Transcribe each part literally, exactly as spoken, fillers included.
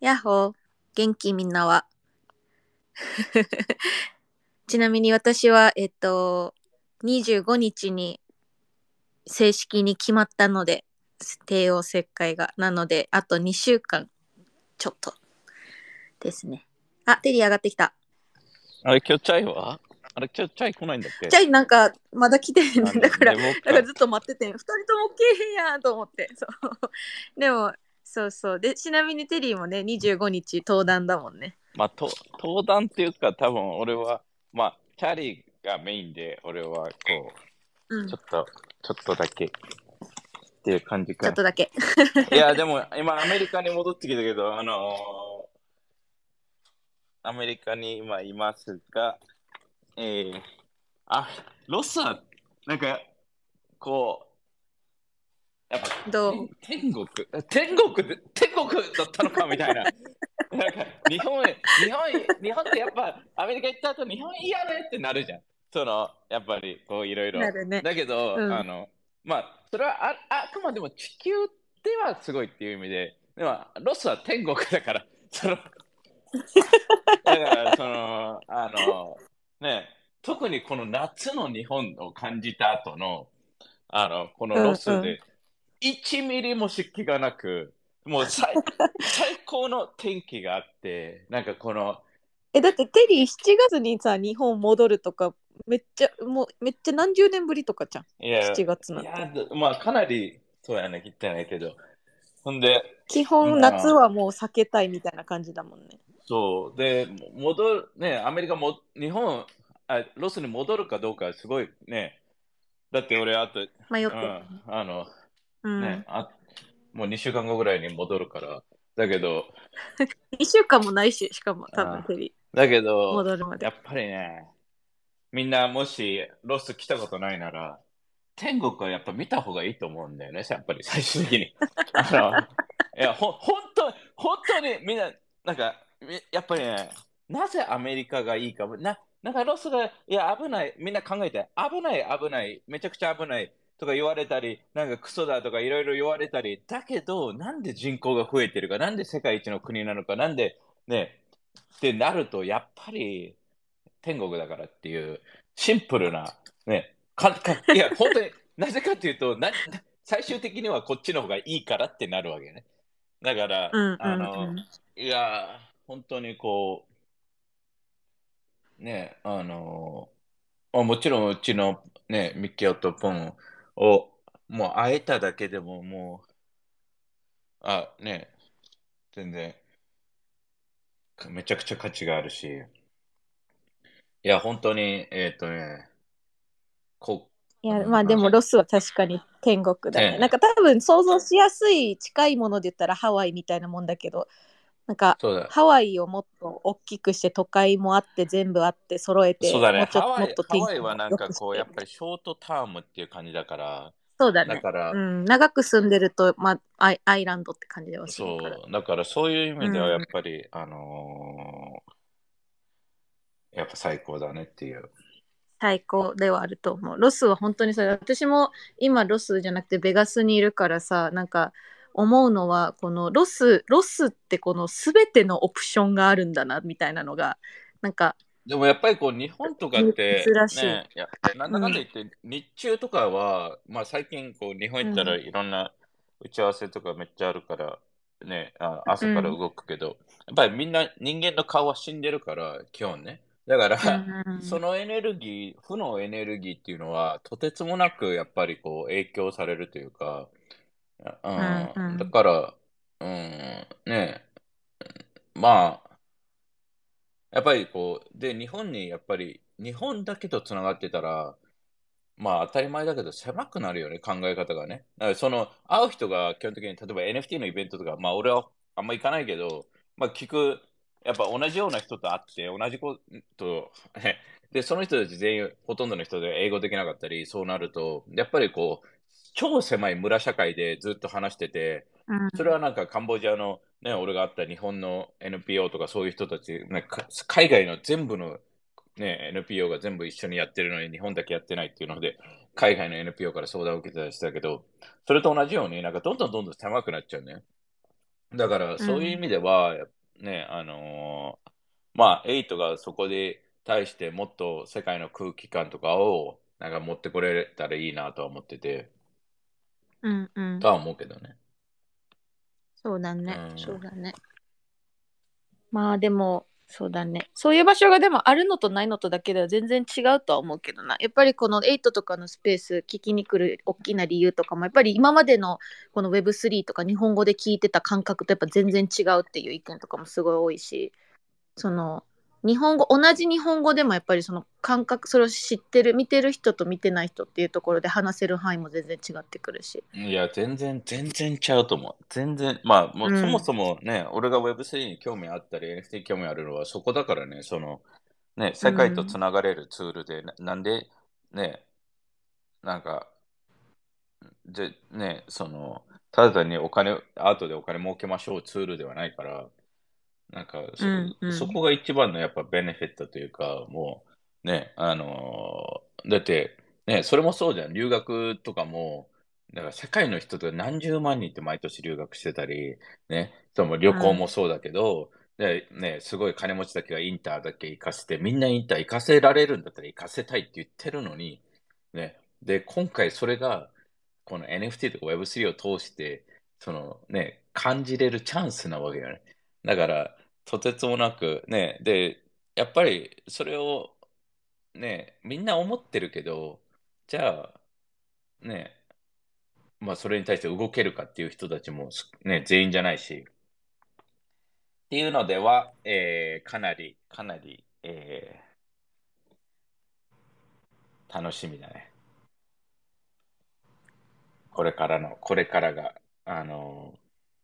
やっほー、元気みんなは。ちなみに私は、えっと、にじゅうごにちにちに正式に決まったので、帝王切開が。なので、あとにしゅうかんちょっとですね。あ、テリー上がってきた。 あれ、今日チャイはあれ、今日チャイ来ないんだっけ？ チャイなんか、まだ来てへんねん。 あのだから、 寝ぼっかだからずっと待っててん。二人とも来えへんやんと思って。そう。でも、そうそう。で、ちなみにテリーもね、にじゅうごにち登壇だもんね。 まあ、と登壇っていうか、多分俺は、まあ、チャリーがメインで、俺はこう、 うん。 ちょっと、ちょっとだけっていう感じかな。 ちょっとだけ。 いや、でも今アメリカに戻ってきたけど、あのーアメリカに今いますが、えー、あ、ロスは、なんか、こう、やっぱどう天天国、天国で、天国だったのかみたいな。なんか日本へ、日本へ、日本ってやっぱアメリカ行った後日本いいやねってなるじゃん。その、やっぱりこういろいろ。 なるね。 だけど、 うん。 あの、まあ、それはああくまでも地球ではすごいっていう意味で、でもロスは天国だから、その、だからその、あの、ね、特にこの夏の日本を感じた後の、あの、このうんうん。 ロスでいちミリも湿気がなく、もう最最高の天気があって、なんかこの、 え、だってテリーしちがつにさ、日本戻るとか、めっちゃ、もうめっちゃ何十年ぶりとかじゃん。 いや、 しちがつなんて。 いや、まあかなり、そうやね、言ってないけど、ほんで、 基本夏まあ、 はもう避けたいみたいな感じだもんね。 そう、で、戻る、ね、アメリカも、日本、あ、ロスに戻るかどうかすごいね、だって俺、あと、うん、 迷ってる。 あの、ね、 うん。 あ、もうにしゅうかんごぐらいに戻るから、だけど、 にしゅうかんもないし、しかも多分あ、 テリーだけど、 戻るまで。 やっぱりね、みんなもしロス来たことないなら、天国はやっぱ見た方がいいと思うんだよね、やっぱり最終的に。あの、いや、ほ、本当本当にみんな、なんか、みやっぱりね、なぜアメリカがいいか、な、なんかロスが、いや、危ない、みんな考えて、危ない、危ない、めちゃくちゃ危ないとか言われたり、なんかクソだとかいろいろ言われたり、だけど、なんで人口が増えてるか、なんで世界一の国なのか、なんで、ね、ってなると、やっぱり、天国だからっていうシンプルな、ね、かかいや、本当になぜかというとな、最終的にはこっちの方がいいからってなるわけね。だから、 うんうあの、 んうん。 いや、本当にこう、ね、あの、あもちろんうちのね、ミキオとポンをもう会えただけでももう、あ、ね、全然めちゃくちゃ価値があるし、いや、本当に、えっとね、こいや、 うん、 まあでなんか、 もロスは確かに天国だね。なんてか多分想像しやすい近いもので言ったらハワイみたいなもんだけど、なんかそうだ、 ハワイをもっと大きくして都会もあって全部あって揃えそうだね。 てもうちょハワイ、 もっと天気ハワイはも良くしなんかこう、やっぱりてみたいな。 ショートタームっていう感じだから、 そうだね。 だから、 うん、長く住んでると、まあ、アイ、アイランドって感じではするから。 そう、だからそういう意味ではやっうん、 ぱり、あのーやっぱ最高だねっていう。 最高ではあると思う。ロスは本当にそれ。私も今ロスじゃなくてベガスにいるからさ、なんか思うのは、このロス、ロスってこの全てのオプションがあるんだな、みたいなのが、なんかでもやっぱりこう、日本とかっ珍て、 しい。 ね、いや、なんだうん、 かんだ言って、日中とかは、まあ最近こう、日本行ったらうん、 いろんな打ち合わせとかめっちゃあるから、ね、あ、朝からうん、 動くけど、やっぱりみんな人間の顔は死んでるから、基本ね。だかうら、そん、 のエネルギー、負のエネルギーっていうのは、とてつもなくやっぱりこう、影響されるというか、 うん、ううん、だん、 から、うん、ね、まあ、やっぱりこう、で、日本にやっぱり、日本だけとつながってたら、まあ当たり前だけど狭くなるよね、考え方がね。だからその、会う人が基本的に、例えば エヌエフティー のイベントとか、まあ俺はあんま行かないけど、まあ聞く、やっぱ同じような人と会って、同じこと、で、その人たち全員、ほとんどの人で英語できなかったり、そうなると、やっぱりこう、超狭い村社会でずっと話してて、 うん、 それはなんかカンボジアの、ね、俺が会った日本の エヌピーオー とかそういう人たち、なんか海外の全部の、ね、エヌピーオー が全部一緒にやってるのに日本だけやってないっていうので、海外の エヌピーオー から相談を受けてたりしたけど、それと同じようになんかどんどんどんどん狭くなっちゃうね。 だからうん。 そういう意味では、ね、あのーまあ、エイトがそこで対してもっと世界の空気感とかをなんか持ってこれたらいいなとは思ってて、 うんうん。 とは思うけどね。 そうだね。そうん。 うだね。まあでも、そうだね。そういう場所がでもあるのとないのとだけでは全然違うとは思うけどな。やっぱりこのエイトとかのスペース聞きに来る大きな理由とかも、やっぱり今までのこの ウェブスリー とか日本語で聞いてた感覚とやっぱ全然違うっていう意見とかもすごい多いし、その日本語、同じ日本語でもやっぱりその感覚、それを知ってる、見てる人と見てない人っていうところで話せる範囲も全然違ってくるし。 いや、全然、全然ちゃうと思う。全然、まあ、もうそもうん。 そもね、俺が ウェブスリー に興味あったり、エヌエフティー 興味あるのはそこだからね、その、ね、 う世界とつん。 ながれるツールで、ななんで、ね、なんか、で、ね、その、ただ単にお金、アートでお金儲けましょうツールではないから、なんか、そ、 うんうん。 そこが一番のやっぱベネフィットというか、もう、ね、あのーだって、ね、それもそうじゃん。留学とかも、だから世界の人とか何十万人って毎年留学してたり、ね、その旅行もうん。 そうだけど、で、ね、すごい金持ちだけがインターだけ行かせて、みんなインター行かせられるんだったら行かせたいって言ってるのに、ね、で、今回それが、この エヌエフティー とか ウェブスリー を通して、そのね、感じれるチャンスなわけよね。だから、とてつもなく、ね、で、やっぱりそれをね、みんな思ってるけど、じゃあ、ね、まあそれに対して動けるかっていう人たちもすね、全員じゃないし、っていうのでは、えーかなり、かなり、えー楽しみだね。これからの、これからが。あの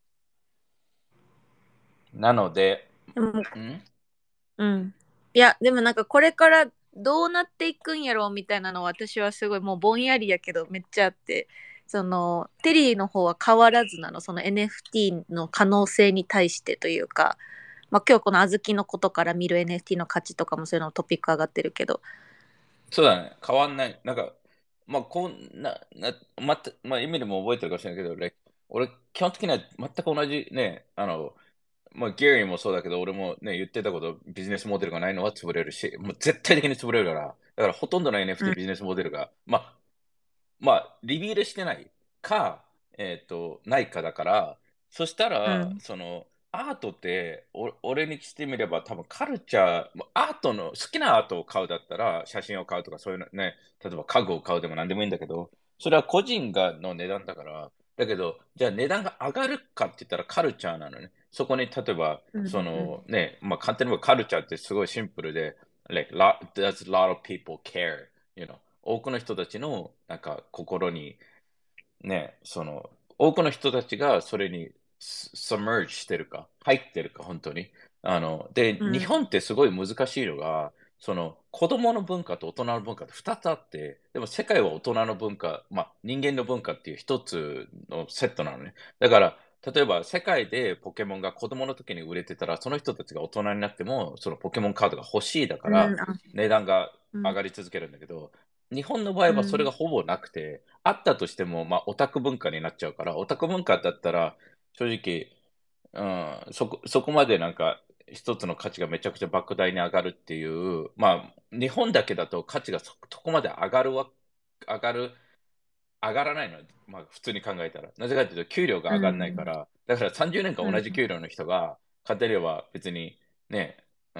ーなので、 でもんうん。いや、でもなんかこれからどうなっていくんやろうみたいなのは私はすごいもうぼんやりやけどめっちゃあって、そのテリーの方は変わらずなの、その エヌエフティー の可能性に対してというか、まあ今日この小豆のことから見る エヌエフティー の価値とかもそういうのトピック上がってるけど。 そうだね。変わんない。なんか、まあ、こんな、な、また、まあ、意味でも覚えてるかもしれないけど、like 俺、基本的には全く同じね、あの、まあ、ゲリーもそうだけど、俺もね、言ってたこと、ビジネスモデルがないのは潰れるし、もう絶対的に潰れるから、だからほとんどのうエヌエフティーんビジネスモデルが、まあ、まあ、リビールしてないか、えっと、ないかだから、そしたら、 うんその、アートって、お俺にしてみれば多分カルチャー、もうアートの、好きなアートを買うだったら、写真を買うとかそういうのね、例えば家具を買うでも何でもいいんだけど、それは個人がの値段だから、だけど、じゃあ値段が上がるかって言ったらカルチャーなのね。そこに例えば、 うんそのうんね、まあ簡単に言えばカルチャーってすごいシンプルで、like, lot, does a lot of people care, you know? 多くの人たちのなんか心にね、その多くの人たちがそれにサマージしてるか、入ってるか、本当に。あの、で、日うん本ってすごい難しいのが、その子供の文化と大人の文化ってふたつあって、でも世界は大人の文化、まあ人間の文化っていう一つのセットなのね。だから、例えば世界でポケモンが子供の時に売れてたら、その人たちが大人になっても、そのポケモンカードが欲しいだかうんら、 あ値段がうん上がり続けるんだけど、日本の場合はそれがうんほぼなくて、あったとしても、まあ、オタク文化になっちゃうから、オタク文化だったら、正直、うん、そこ、そこまでなんか、一つの価値がめちゃくちゃ莫大に上がるっていう、まあ、日本だけだと価値がそ、そこまで上がるわ、上がる、上がらないの。まあ、普通に考えたら。なぜかというと、給料がう上がらないかんら、だからさんじゅうねんかん同じうん給料の人が、勝てれば別に、ね、うん、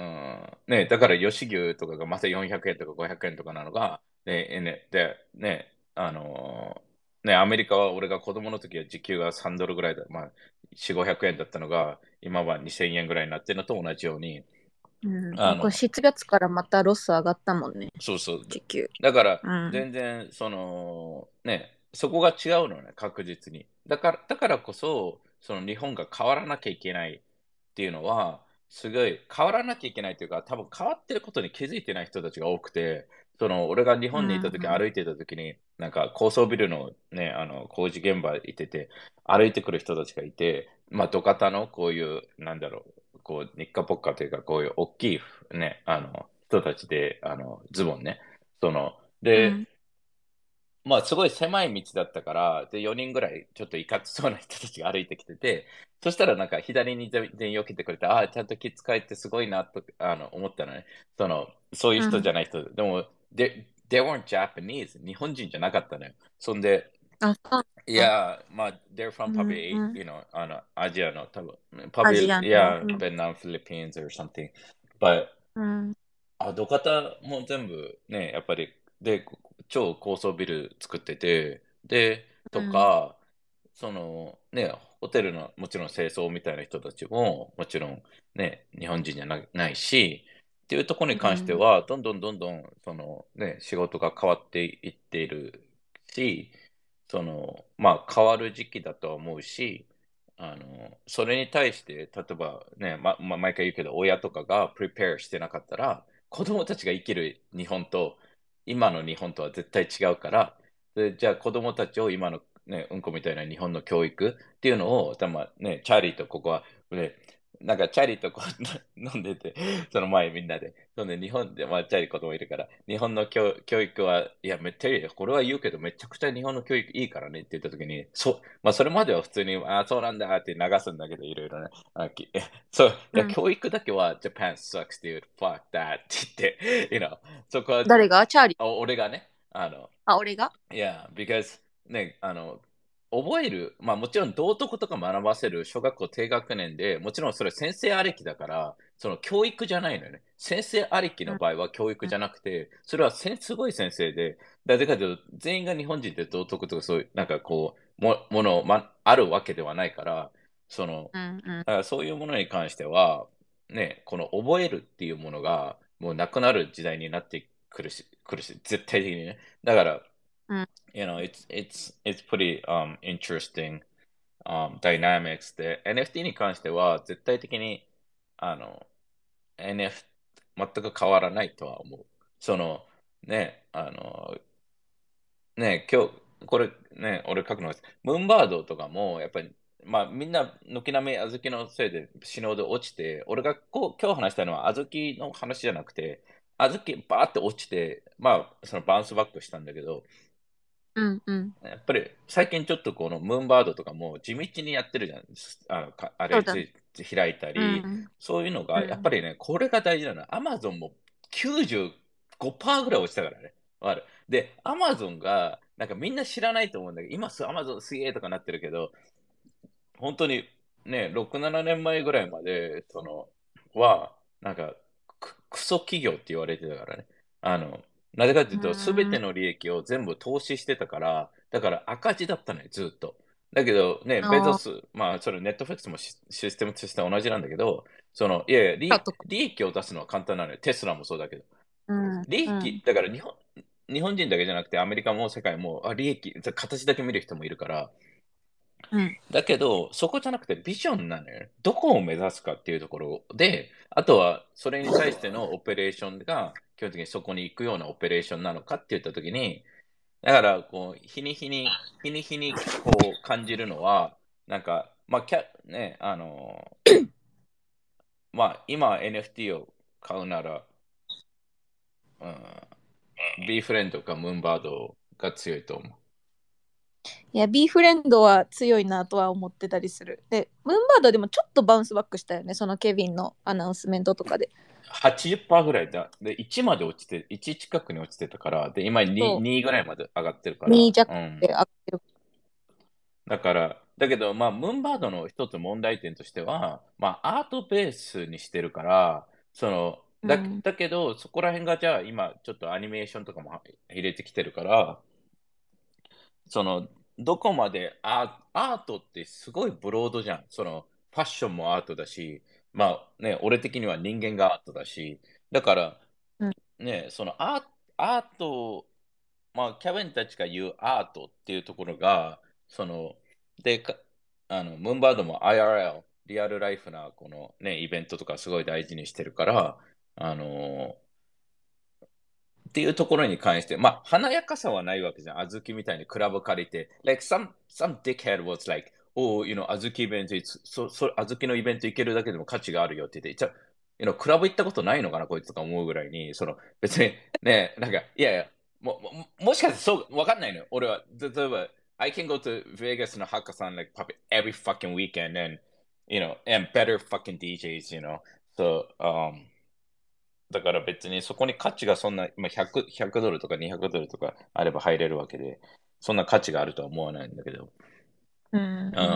ね、だから吉牛とかがまたよんひゃくえんとかごひゃくえんとかなのが、ね、ね、で、ね、あのーね、アメリカは俺が子供の時は時給がさんドルぐらいだ、まあ、よん、ごひゃくえんだったのが、今はにせんえんぐらいになってるのと同じように、 うんまあ、これあの、 しちがつからまたロス上がったもんね、 そうそう。 時給。 だから、 うん全然、その、ね、そこが違うのね、確実に。だから、だからこそ、その日本が変わらなきゃいけないっていうのは、すごい変わらなきゃいけないというか、多分変わってることに気づいてない人たちが多くて、その、俺が日う本にいた時、 ん歩いてた時に、なんか高層ビルのね、あの、工事現場行ってて、歩いてくる人たちがいて、まあ、土方のこういう、なんだろう、こう、日課ポッカというか、こういう大きいね、あの、人たちで、あの、ズボンね。その、で、 うんまあ、すごい狭い道だったから、で、よにんぐらい、ちょっといかつそうな人たちが歩いてきてて、そしたらなんか左に全然避けてくれて、ああ、ちゃんと気使えてすごいなと、あの、思ったのね。その、そういう人じうん。 ゃない人。でも、they, they weren't Japanese. 日本人じゃなかったのよ。そんで、 あ、そういなんだ。 や、まあ、they're from うん probably, うん。 you know, あの、アジアの多分、 アジ probably, アの。 yeah, うん。 Vietnam, Philippines or something. But うん。 あ、土方も全部ね、やっぱり、で、超高層ビル作ってて、で、とうん。 か、そのね、ホテルのもちろん清掃みたいな人たちも、もちろんね、日本人じゃな、ないし、っていうところに関してうん。 は、どんどんどんどん、そのね、仕事が変わっていっているし、その、まあ、変わる時期だとは思うし、あの、それに対して、例えばね、ま、ま、毎回言うけど、親とかがプレペアしてなかったら、子供たちが生きる日本と、今の日本とは絶対違うから、で、じゃあ子供たちを今のね、うんこみたいな日本の教育っていうのを、たまね、チャーリーとここは、ね、なんかチャーリーとこう飲んでて、その前みんなで。そんで日本で、まあチャーリー子供いるから、日本の教、教育は、いや、めっちゃいいよ。これは言うけど、めちゃくちゃ日本の教育いいからねって言った時に、そう、まあそれまでは普通に、ああ、そうなんだって流すんだけど、いろいろね。あきそう、いや、 うん。 教育だけは、Japan sucks, dude, fuck that って言って、you know、そこは、 誰がチャーリー？ あ俺がね、あの、 あ、俺が？ いや、because ね、あの、覚える、まあもちろん道徳とか学ばせる小学校低学年で、もちろんそれ先生ありきだから、その教育じゃないのよね。先生ありきうん。 の場合は教育うん。 じゃなくて、それはせんすごい先生で、だからというと全員が日本人で道徳とかそういう、なんかこう、も、もの、ま、あるわけではないから、その、 うん。うん。 だからそういうものに関しては、ね、この覚えるっていうものがもうなくなる時代になってくるし、くるし、絶対的にね。だから、 うん。 you know, it's it's it's pretty um interesting um dynamics で エヌエフティー に関しては絶対的にあの エヌエフ 全く変わらないとは思う。そのね、あのね、今日これね、俺書くのがムーンバードとかもやっぱりまあみんな軒並み小豆のせいで死ぬほど落ちて、俺がこう今日話したのは小豆の話じゃなくて、小豆バーって落ちて、まあそのバウンスバックしたんだけど、 うん。うん。 やっぱり最近ちょっとこのムーンバードとかも地道にやってるじゃん。あのかあれそうだね。 つ開いたうり、 ん。 そういうのが、やっうん。 ぱりね、これが大事なのは、アマゾンもきゅうじゅうごパーセントぐらい落ちたからね。わかる。で、アマゾンが、なんかみんな知らないと思うんだけど、今すアマゾンすげえとかなってるけど、本当にね、ろく、ななねんまえぐらいまで、その、は、なんか、くクソ企業って言われてたからね。あの、なぜかといううと、すべん。 ての利益を全部投資してたから、だから赤字だったのよ、ずっと。だけどね、ベゾあス、まあ、それネットフリックスもシシステムとして同じなんだけど、その、いやいや、利あとか。 利益を出すのは簡単なのよ。テスラもそうだけど。 うん。 利益、 うん。 だから日本、日本人だけじゃなくてアメリカも世界も、あ、利益、形だけ見る人もいるから、 うん。 だけど、そこじゃなくてビジョンなのよね。どこを目指すかっていうところで、あとはそれに対してのオペレーションが基本的にそこに行くようなオペレーションなのかって言ったときに、だからこう、日に日に、日に日にこう感じるのは、なんか、まあ、キャ、ね、あの、まあ、今 エヌエフティー を買うなら、うん、ビーフレンドかムーンバードが強いと思う。 いや、ビーフレンドは強いなとは思ってたりする。で、ムーンバードでもちょっとバウンスバックしたよね。そのケビンのアナウンスメントとかで。 はちじゅっパーセントぐらいだ。で、いちまで落ちて、いち近くに落ちてたから、で、今に、 そにぐらいまで上がってるかう。にら、 弱うん。 で上がってる。 だから、だけど、まあ、ムーンバードの一つ問題点としては、まあ、アートベースにしてるから、その、だ、 うん。 だけど、そこら辺がじゃあ今、ちょっとアニメーションとかも入れてきてるから、その、どこまでア、アートってすごいブロードじゃん。その、ファッションもアートだし、まあね、俺的には人間がアートだし、だからうん。 ね、そのアー、アート、まあ、キャベンたちが言うアートっていうところが、その、で、かあの、ムーンバードも アイアールエル、リアルライフなこのね、イベントとかすごい大事にしてるから、あのっていうところに関して、まあ、華やかさはないわけじゃん。あずきみたいにクラブ借りて。Like, some, some dickhead was like, oh, you know, あずきイベント、そ、そ、あずきのイベント行けるだけでも価値があるよって言って、じゃあ、you know、クラブ行ったことないのかな、こいつとか思うぐらいに、その、別に、ね、なんか、いやいや、 も、も、もしかしてそう、わかんないのよ。俺は、例えば、I can go to Vegas のハッカさん like probably every fucking weekend and, you know, and better fucking ディージェーズ, you know. So, um, だから別にそこに価値がそんな、まあ、ひゃく、ひゃくドルとかにひゃくドルとかあれば入れるわけで、そんな価値があるとは思わないんだけど。 うん。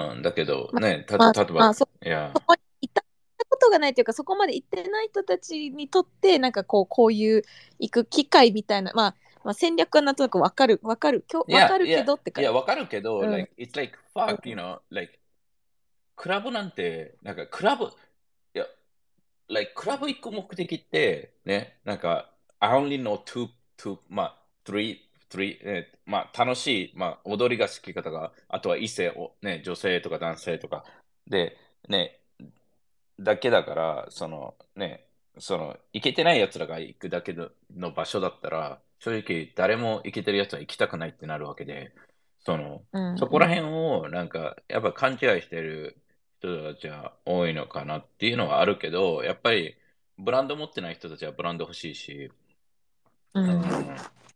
うん、だけどまあ、 ね、た、 まあ、 例えば、 まあ、そ、 いや、 そこに行ったことがないというか、そこまで行ってない人たちにとって、なんかこう、こういう行く機会みたいな、まあ、まあ、戦略はなんとなくわかる、わかる、きょ、わかいや、 るいや、 けどって感いや、わかるけど、 じ。うん。 like, it's like, fuck, you know, like, クラブなんて、なんかクラブ、いや、like クラブ行く目的って、ね、なんか、I only know two, two, まあ、three, three, えーまあ、楽しい、まあ、踊りが好き方が、あとは異性を、ね、女性とか男性とか、で、ね、だけだから、その、ね、その、行けてない奴らが行くだけのの場所だったら、正直、誰も行けてる奴は行きたくないってなるわけで、その、 うん。 そこら辺を、なんか、やっぱ勘違いしてる人たちは多いのかなっていうのはあるけど、やっぱり、ブランド持ってない人たちはブランド欲しいし、 うん。 うん、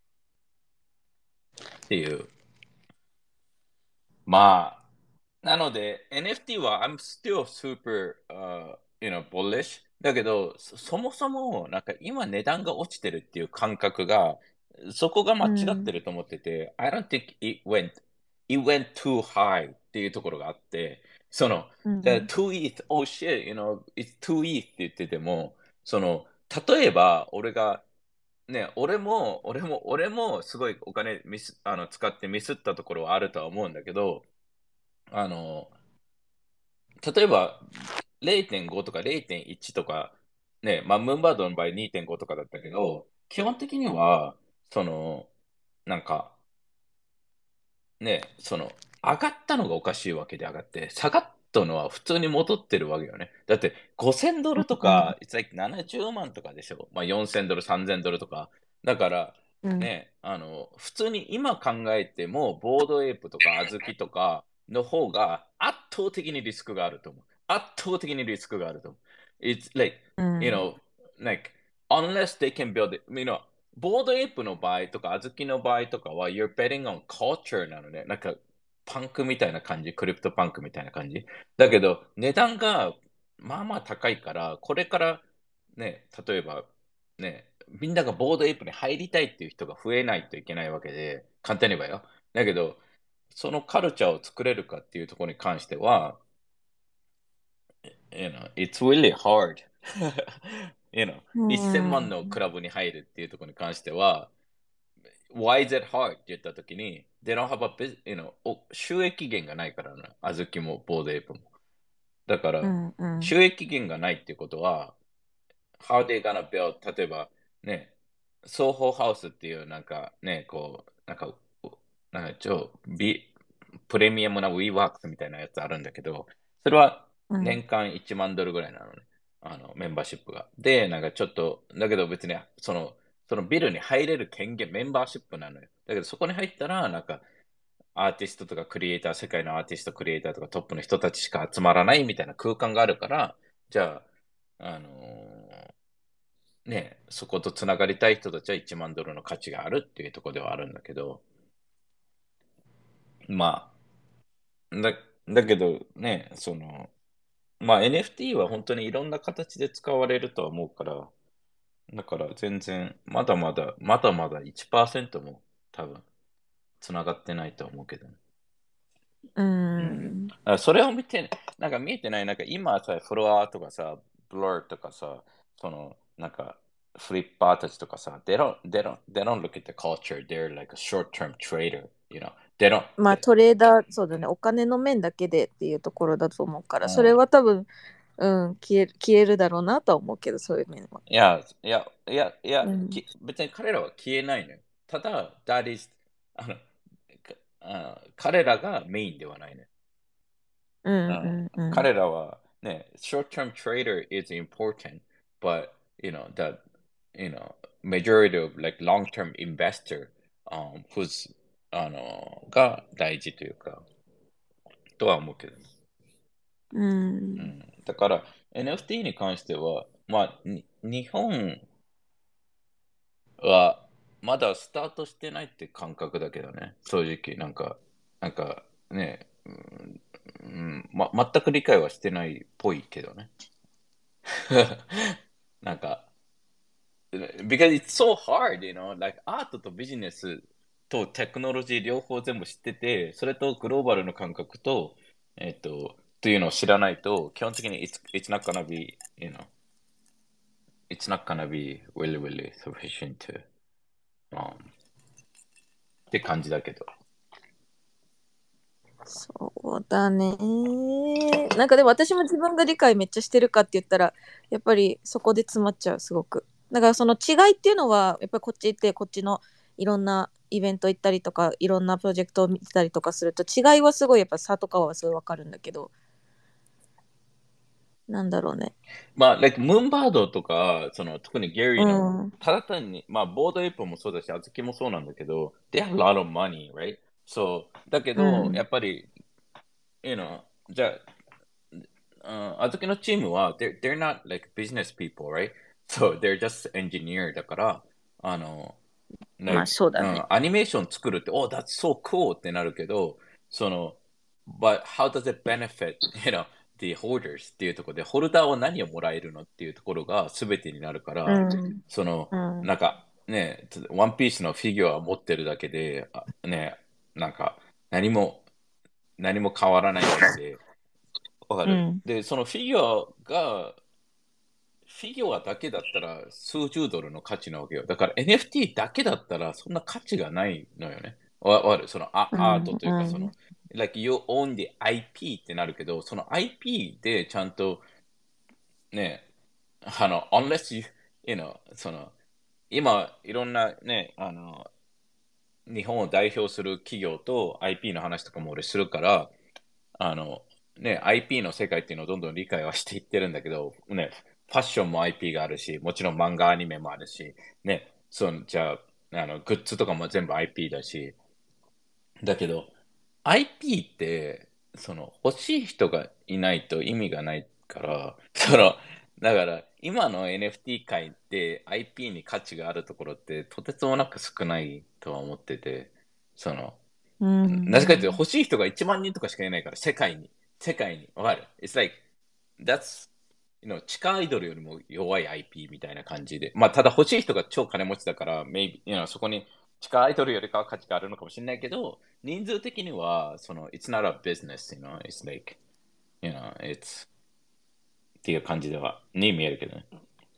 っていう。まあ、なので、エヌエフティー は I'm still super, uh, you know, bullish. だけど、そそもそも、なんか今値段が落ちてるっていう感覚が、そこが間違ってると思ってて、I don't think it went, it went too high っていうところがあって、その、 う the ん。 too eat, oh shit, you know, it's too eat って言ってても、その、例えば、俺が、ね、俺も、俺も、俺もすごいお金ミス、あの、使ってミスったところはあるとは思うんだけど、あの、例えばれいてんごとかれいてんいちとか、ね、まあ、ムーンバードの場合にてんごとかだったけど、基本的には、その、なんか、ね、その、上がったのがおかしいわけで上がって、下がったのは普通に戻ってるわけよね。だってごせんドルとうん。 か、it's like ななじゅうまんとかでしょ。まあよんせんドル、さんぜんドルとか。だから、 うん。 ね、あの、普通に今考えても、ボードエイプとか小豆とかの方が圧倒的にリスクがあると思う。圧倒的にリスクがあると思う。It's like, う you ん。 know, like, unless they can build it, you know, ボードエイプの場合とか、小豆の場合とかは、you're betting on culture なのね。なんか、パンクみたいな感じ、クリプトパンクみたいな感じ。だけど、値段がまあまあ高いから、これからね、例えばね、みんながボードエイプに入りたいっていう人が増えないといけないわけで、簡単に言えばよ。だけど、そのカルチャーを作れるかっていうところに関しては、you know, it's really hard. you know, うせんまんのクん。 ラブに入るっていうところに関しては、Why is it hard? って言ったときに、they don't have a bus- you know, お収益源がないからな。小豆もボードエイプも。だから、 うん。うん。 収益源がないっていうことは、how they gonna build? 例えば、ね、双方ハウスっていうなんかね、こう、なんか、なんか超ビプレミアムな WeWorks みたいなやつあるんだけど、それはうん。 年間いちまんドルぐらいなのね。あの、メンバーシップが。で、なんかちょっと、だけど別に、その、そのビルに入れる権限、メンバーシップなのよ。だけどそこに入ったら、なんか、アーティストとかクリエイター、世界のアーティスト、クリエイターとかトップの人たちしか集まらないみたいな空間があるから、じゃあ、あのーね、そことつながりたい人たちはいちまんドルの価値があるっていうところではあるんだけど、まあ、だ、だけどね、その、まあ エヌエフティー は本当にいろんな形で使われるとは思うから、だから全然、まだまだ、まだまだいちパーセントも多分、つながってないとは思うけどね。 ううん。 ん。 あそれを見て、なんか見えてない、なんか今さ、フロアとかさ、ブルーとかさ、その、なんか、フリッパーたちとかさ、they don't, they don't, they don't look at the culture, they're like a short-term trader, you know, they don't, まあ they- トレーダー、そうだね、お金の面だけでっていうところだと思うから、それうん。 は多分、うん、消える、消えるだろうなとは思うけど、そういう面は。 いや、いや、いや、いや、 うん。 き別に彼らは消えないのよ。ただ、that is, あの、かあ彼らがメインではないね。 ううん、 んうんうん。 彼らはね、short-term trader is important, but you know, the you know, majority of like long-term investor, um, who's あのが大事というか、とは思うけどね。 うん。 うん、だから エヌエフティー に関しては、まあ、に日本は、 まだスタートしてないって感覚だけどね、正直。なんか、なんかね、うん、うんま、全く理解はしてないっぽいけどね。なんか、because it's so hard, you know, like アートとビジネスとテクノロジー両方全部知ってて、それとグローバルの感覚と、えっと、というのを知らないと、基本的に it's, it's not gonna be, you know, it's not gonna be really, really sufficient to, um, って感じだけど。 そうだね。なんかでも私も自分が理解めっちゃしてるかって言ったら、やっぱりそこで詰まっちゃう、すごく。だからその違いっていうのは、やっぱりこっち行って、こっちのいろんなイベント行ったりとか、いろんなプロジェクトを見てたりとかすると、違いはすごい、やっぱ差とかはすごいわかるんだけど、なんだろうね。 まあ、like ムーンバードとか、その特にゲうリーの、 ん。 ただ単に、まあ、ボードエイプもそうだし、あずきもそうなんだけど、they have a lot of money, right? そう。だけど、やうん。 っぱり、you know、じゃあ、あずきのチームは、they're, they're not like business people, right? So they're just engineer だから、あの、 まあ like、 そうだね。 うん、アニメーション作るって、oh, that's so cool ってなるけど、その、but how does it benefit, you know, the holders っていうところで、ホルダーは何をもらえるのっていうところが全てになるかうら、 ん。 その、 うん。 なんか、ね、ワンピースのフィギュアを持ってるだけで、あね、なんか、何も、何も変わらないわけで、わかる。 うん。 で、そのフィギュアが、フィギュアだけだったら数十ドルの価値なわけよ。だから エヌエフティー だけだったらそんな価値がないのよね。わわかるそのアアートうん。 というかその、 うん。 like you own the アイピー ってなるけど、その アイピー でちゃんとね、あの、unless you, you know, その、今いろんなね、あの、日本を代表する企業と アイピー の話とかも俺するから、あの、ね、アイピー の世界っていうのをどんどん理解はしていってるんだけど、ね、ファッションも アイピー があるし、もちろん漫画アニメもあるし、ね、その、じゃあ、あの、グッズとかも全部 アイピー だし、だけど、アイピー って、その、欲しい人がいないと意味がないから、その、だから、今の エヌエフティー 界で アイピー に価値があるところって、とてつもなく少ないとは思ってて、その、 うなぜかというと、 ん。 欲しい人がいちまん人とかしかいないから、世界に。世界に。わかる ?It's like, that's, you know, 地下アイドルよりも弱い アイピー みたいな感じで。まあ、ただ欲しい人が超金持ちだから、maybe, you know, そこに地下アイドルよりかは価値があるのかもしれないけど、人数的には、その、it's not a business, you know, it's like, you know, it's っていう感じでは、に見えるけどね。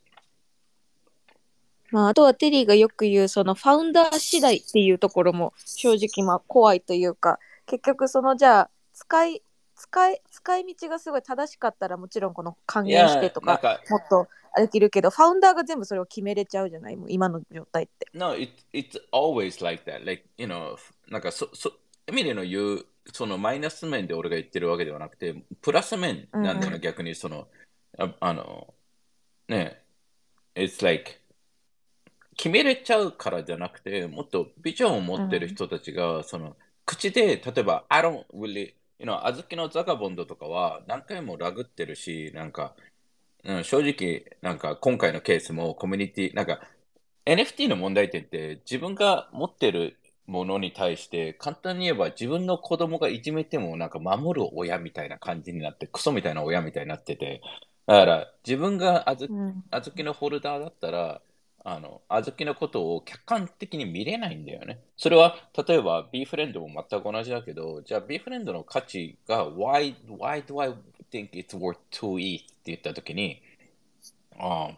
まあ、あとはテリーがよく言うそのファウンダー次第っていうところも正直まあ怖いというか、結局そのじゃあ使い使い使い道がすごい正しかったらもちろんこの還元していや、 とかなんか、 もっとできるけど、ファウンダーが全部それを決めれちゃうじゃない、もう今の状態って。 No, it, it's always like that. Like, you know, なんかそ、そ、エミリーの言う、そのマイナス面で俺が言ってるわけではなくて、プラス面うんなんだよね、逆にその、あ、あの、ね、it's like 決めれちゃうからじゃなくて、もっとビジョンを持ってるうん人たちが、その、口で、例えば、I don't really, you know, あずきのザガボンドとかは何回もラグってるし、なんか、うん、正直、なんか今回のケースもコミュニティ、なんか エヌエフティー の問題点って自分が持ってるものに対して簡単に言えば自分の子供がいじめてもなんか守る親みたいな感じになってクソみたいな親みたいになってて、だから自分があず、 うんあずきのホルダーだったらあの、あずきのことを客観的に見れないんだよね。それは、例えば、B フレンドも全く同じだけど、じゃあ B フレンドの価値が why, why do I think it's worth two E って言ったときに、um,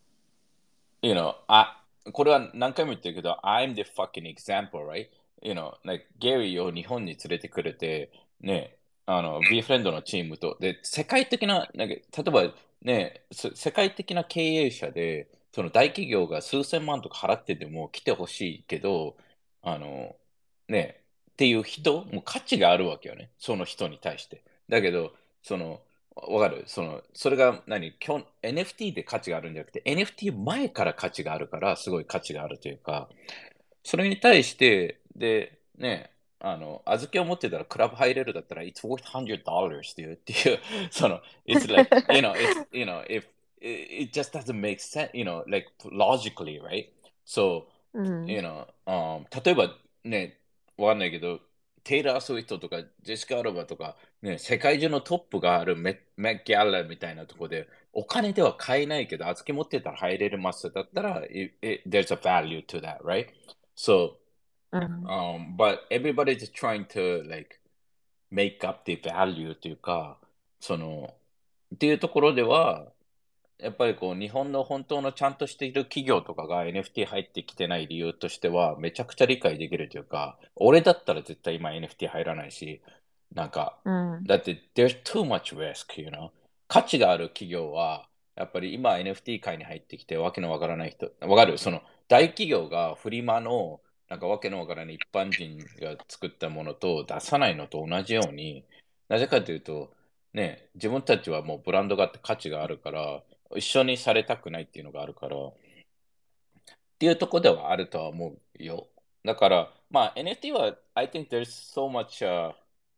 you know, あ、これは何回も言ってるけど、I'm the fucking example, right? You know, like, ゲリーを日本に連れてくれて、ね、あの、B フレンドのチームと、で、世界的な、なんか、例えばね、せ世界的な経営者で、その大企業が数千万とか払ってでも来てほしいけど、あの、ね、っていう人、もう価値があるわけよね。その人に対して。だけど、その、わかるその、それが何基本 エヌエフティー で価値があるんじゃなくて エヌエフティー 前から価値があるからすごい価値があるというか、それに対して、で、ね、あの、小豆を持ってたらクラブ入れるだったら it's worth one hundred dollars っていう、っていう、その、it's like, you know, it's, you know, if it just doesn't make sense, you know, like logically, right? So, うん。 you know, um, 例えばね、わかんないけど、テイラー・スウィフトとかジェシカ・アルバとか、ね、世界中のトップがあるメメッキャラみたいなところで、お金では買えないけど、預け持ってたら入れるますだったら、it, it, there's a value to that, right? So, うん。 um, but everybody is trying to like make up the value というか、その、っていうところでは、やっぱりこう日本の本当のちゃんとしている企業とかが エヌエフティー 入ってきてない理由としてはめちゃくちゃ理解できるというか、俺だったら絶対今 エヌエフティー 入らないし、なんか、 うん。 だって there's too much risk, you know? 価値がある企業は、やっぱり今 エヌエフティー 界に入ってきてわけのわからない人、わかるその大企業がフリマのなんかわけのわからない一般人が作ったものと出さないのと同じように、なぜかというと、ね、自分たちはもうブランドがあって価値があるから、一緒にされたくないっていうのがあるから、っていうところではあるとは思うよ。だから、まあ エヌエフティー は、I think there's so much, uh,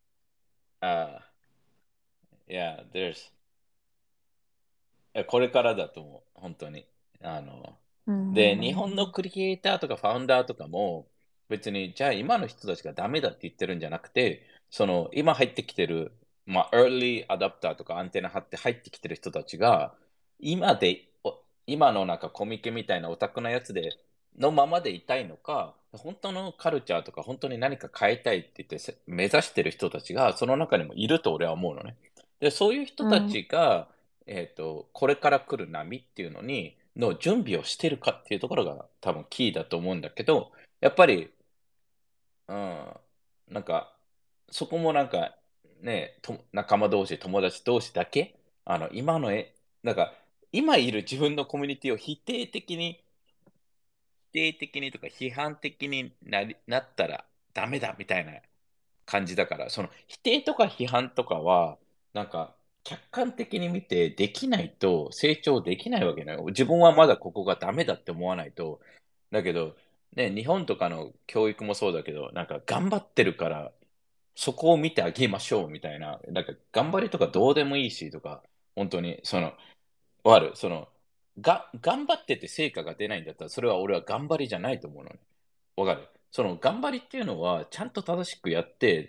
uh, yeah, there's, えこれからだと思う、本当に。あの、 うで、日本のん。 クリエイターとかファウンダーとかも、別に、じゃあ今の人たちがダメだって言ってるんじゃなくて、その、今入ってきてる、まあ、early adapter とかアンテナ張って入ってきてる人たちが、今で、お今のなんかコミケみたいなオタクなやつで、のままでいたいのか、本当のカルチャーとか本当に何か変えたいって言ってせ目指してる人たちがその中にもいると俺は思うのね。で、そういう人たうん。 ちが、えっと、これから来る波っていうのに、の準備をしてるかっていうところが多分キーだと思うんだけど、やっぱり、うん、なんか、そこもなんか、ね、と仲間同士、友達同士だけ、あの、今のえ、なんか、今いる自分のコミュニティを否定的に、否定的にとか批判的になりなったらダメだみたいな感じだから、その否定とか批判とかは、なんか客観的に見てできないと成長できないわけね。自分はまだここがダメだって思わないと。だけど、ね、日本とかの教育もそうだけど、なんか頑張ってるからそこを見てあげましょうみたいな、なんか頑張りとかどうでもいいしとか、本当に、その、わかるその、が、頑張ってて成果が出ないんだったら、それは俺は頑張りじゃないと思うのね。わかるその頑張りっていうのは、ちゃんと正しくやって、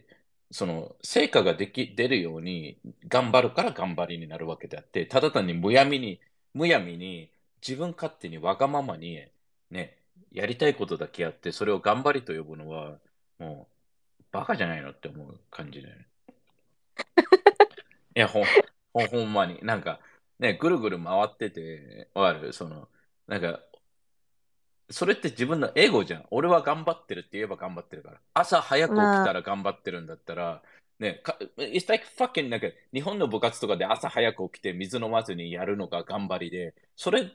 その成果ができ、出るように頑張るから頑張りになるわけであって、ただ単にむやみに、むやみに自分勝手にわがままにね、やりたいことだけやって、それを頑張りと呼ぶのは、もうバカじゃないのって思う感じだよね。いや、ほん、ほん、ほんまに。なんか、ね、ぐるぐる回ってて、わかるその、なんか、それって自分のエゴじゃん。俺は頑張ってるって言えば頑張ってるから。朝早く起きまあ、 たら頑張ってるんだったら、ね、か、It's like fucking なんか日本の部活とかで朝早く起きて水飲まずにやるのが頑張りで、それって、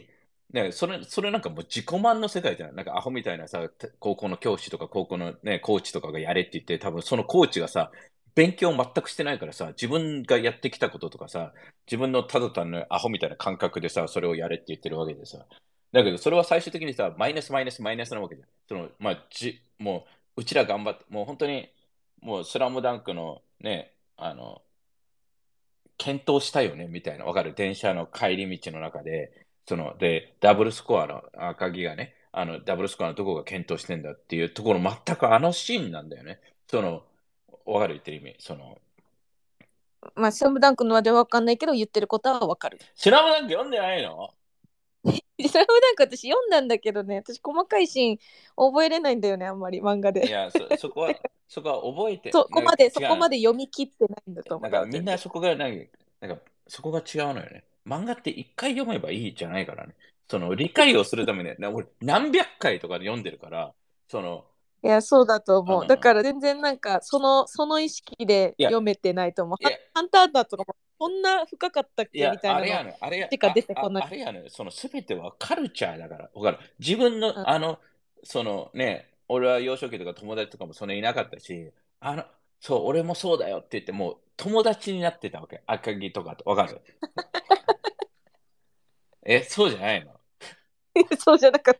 ね、それ、それなんかもう自己満の世界じゃん。なんかアホみたいなさ、高校の教師とか高校のね、コーチとかがやれって言って、多分そのコーチがさ、勉強全くしてないからさ、自分がやってきたこととかさ、自分のただ単のアホみたいな感覚でさ、それをやれって言ってるわけでさ、だけど、それは最終的にさ、マイナスマイナスマイナスなわけじゃん。その、まあ、じ、もう、うちら頑張って、もう本当に、もう、スラムダンクのね、あの、検討したよね、みたいな。わかる電車の帰り道の中で、その、で、ダブルスコアの赤木がね、あの、ダブルスコアのどこが検討してんだっていうところ、全くあのシーンなんだよね。その、わかる言ってる意味。その、 まあ、スラムダンクの話でわかんないけど、言ってることはわかる。 スラムダンク読んでないのスラムダンク私読んだんだけどね、私細かいシーン覚えれないんだよね、あんまり漫画で。 いや、そ、そこは、そこは覚えて、 そこな、違まで、そこう。 まで読み切ってないんだと思う、 なんかみんだから全然。 なそこがなんか、なんかそこが違うのよね。漫画って一回読めばいいじゃないからね。その理解をするために、ね、俺何百回とかで読んでるから、その、 いや、そうだと思う。だかあの、 ら全然なんか、その、その意識でいや、 読めてないと思う。ハいや、 ハンターハンターとかも、こんな深かったっいや、 けみたいなのあれやねあれや、 しか出あ、あ、 てこない。 あれやねそのすべてはカルチャーだから。わかる。自分の、 うん、 あの、そのね、俺は幼少期とか友達とかもそんないなかったし、あの、そう、俺もそうだよって言って、もう友達になってたわけ。赤木とかと。わかる。え、そうじゃないのそうじゃなかった。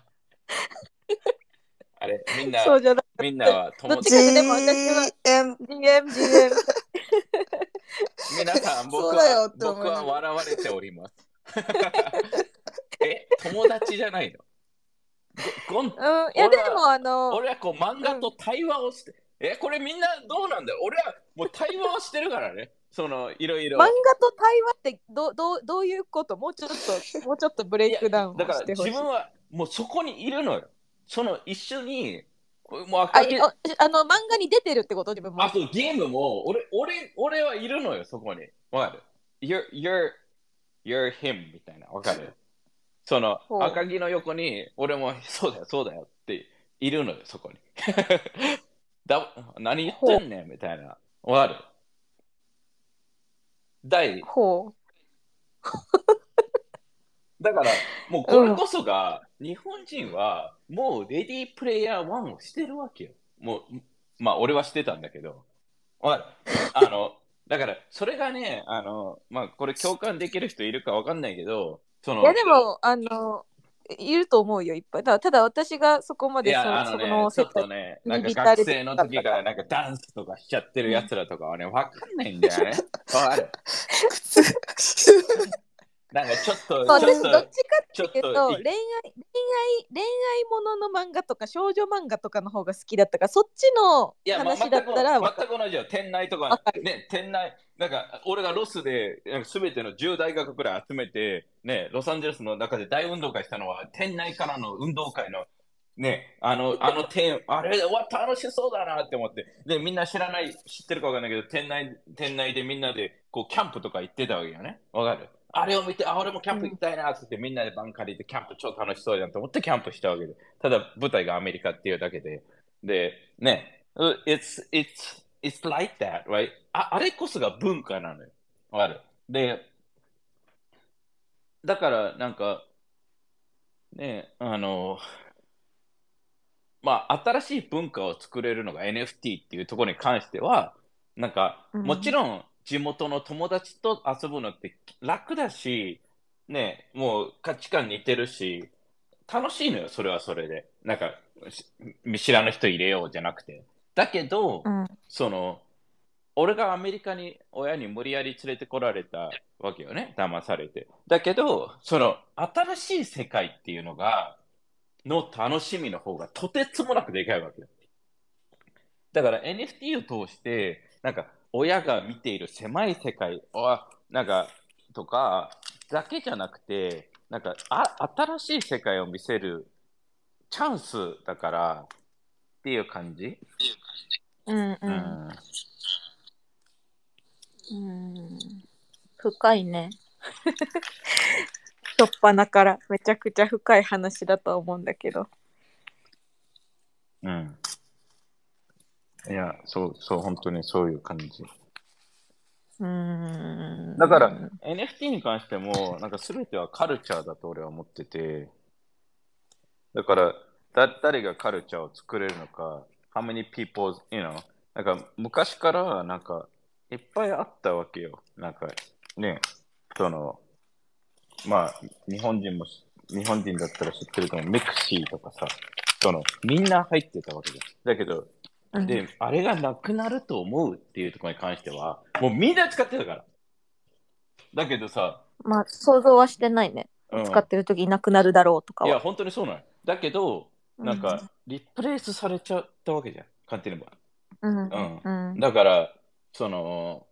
あれ、みんな、 そうじゃなかった。 みんなは友、 どっちかってでも私はジーエムジーエム、ジーエム。 皆さん、僕は、 そうだよって僕は思いながら。 笑われております。え、友達じゃないのゴン、 うん、いやで俺は、 もあの、 俺はこう漫画と対話をして、うん、え、これみんなどうなんだよ。俺はもう対話をしてるからね。その、いろい漫ろ。 画と対話ってどどどういうこと？もうちょっともうちょっとブレいや、 イクダウンをだからしてほしい。 自分はもうそこにいるのよ。その一緒に、これもうあ、 赤毛、 いああの漫画に出てるってこと？自分も。 あとゲームも、俺、俺、俺はいるのよ、そこに。わかる？ ?You're, you're, you're him みたいな。わかる？そのほう。 赤木の横に、俺もそうだよ、そうだよっているのよ、そこに。だ何言ってほう。 んねんみたいな。わかる？第、 ほだから、もうう。うん。 これこそが、日本人はもうレディープレイヤーワンをしてるわけよ。もう、まあ俺はしてたんだけど。わかる？あの、だから、それがね、あの、まあこれ共感できる人いるかわかんないけど、そいやの、 でもあのいると思うよ、いっぱい。ただただ私がそこまいや、 でそそこあのね、ちょの世界っとね、なんにか学浸れて生の時なかったから。 からなんかダンスとかしちゃってるうん。 やつらとかはね、わかんないんだよね。わかる？なんかちょっと、ちょっ私どっと、 ちかちょっていうと恋愛っとい、 恋愛恋愛ものの漫画とか少女漫画とかの方が好きだったから、そっちのいや、ま、 話だ全く、 ったらわか全く同じよ。店内とか、 わかる。 ね、店内、なんか、俺がロスで、すべてのじゅう大学くらい集めて、ね、ロサンゼルスの中で大運動会したのは、店内からの運動会の、ね、あの、あの店、あれ、うわ、楽しそうだなって思って、で、みんな知らない、知ってるかわかんないけど、店内、店内でみんなで、こう、キャンプとか行ってたわけよね。わかる？あれを見て、あ、俺もキャンプ行きうん。 たいなって言って、みんなでバン借りて、キャンプ超楽しそうだなと思ってキャンプしたわけで。ただ、舞台がアメリカっていうだけで。で、ね、う it's, it's, it's like that, right? あ、あれこそが文化なのよ。わかる？で、だからなんか、ね、あの、まあ、新しい文化を作れるのが エヌエフティー っていうところに関しては、なんか、もちうん。 ろん地元の友達と遊ぶのって楽だし、ね、もう価値観似てるし、楽しいのよ、それはそれで。なんか、し見知らぬ人入れようじゃなくて。だけど、 うん。 その、俺がアメリカに親に無理やり連れてこられたわけよね。騙されて。だけど、その新しい世界っていうのが、の楽しみの方がとてつもなくでかいわけよ。だから エヌエフティー を通して、なんか親が見ている狭い世界は、なんか、とか、だけじゃなくて、なんかあ、新しい世界を見せるチャンスだからっていう感じ。 うんううん。 ん。 うん。深いね。しょっぱなからめちゃくちゃ深い話だと思うんだけど。 うん。いや、そう、そう、本当にそういう感じ。 うーだから、 ん。 エヌエフティー に関しても、なんか全てはカルチャーだと俺は思ってて、だから、だ、誰がカルチャーを作れるのか、how many people, you know, なんか昔からなんかいっぱいあったわけよ。なんかね、その、まあ、日本人もし、日本人だったら知ってると思う、ミクシーとかさ、その、みんな入ってたわけです。だけど、 うん。 で、あれがなくなると思うっていうところに関しては、もうみんな使ってたから。だけどさ、 まあ想像はしてないね。 うん。 使ってる時いなくなるだろうとかいや、 は。 本当にそうなのよ。だけど、 うん。 なんか、リプレイスされちゃったわけじゃん。簡単に言えうん。 ば。 ううん。 ん。 だから、その、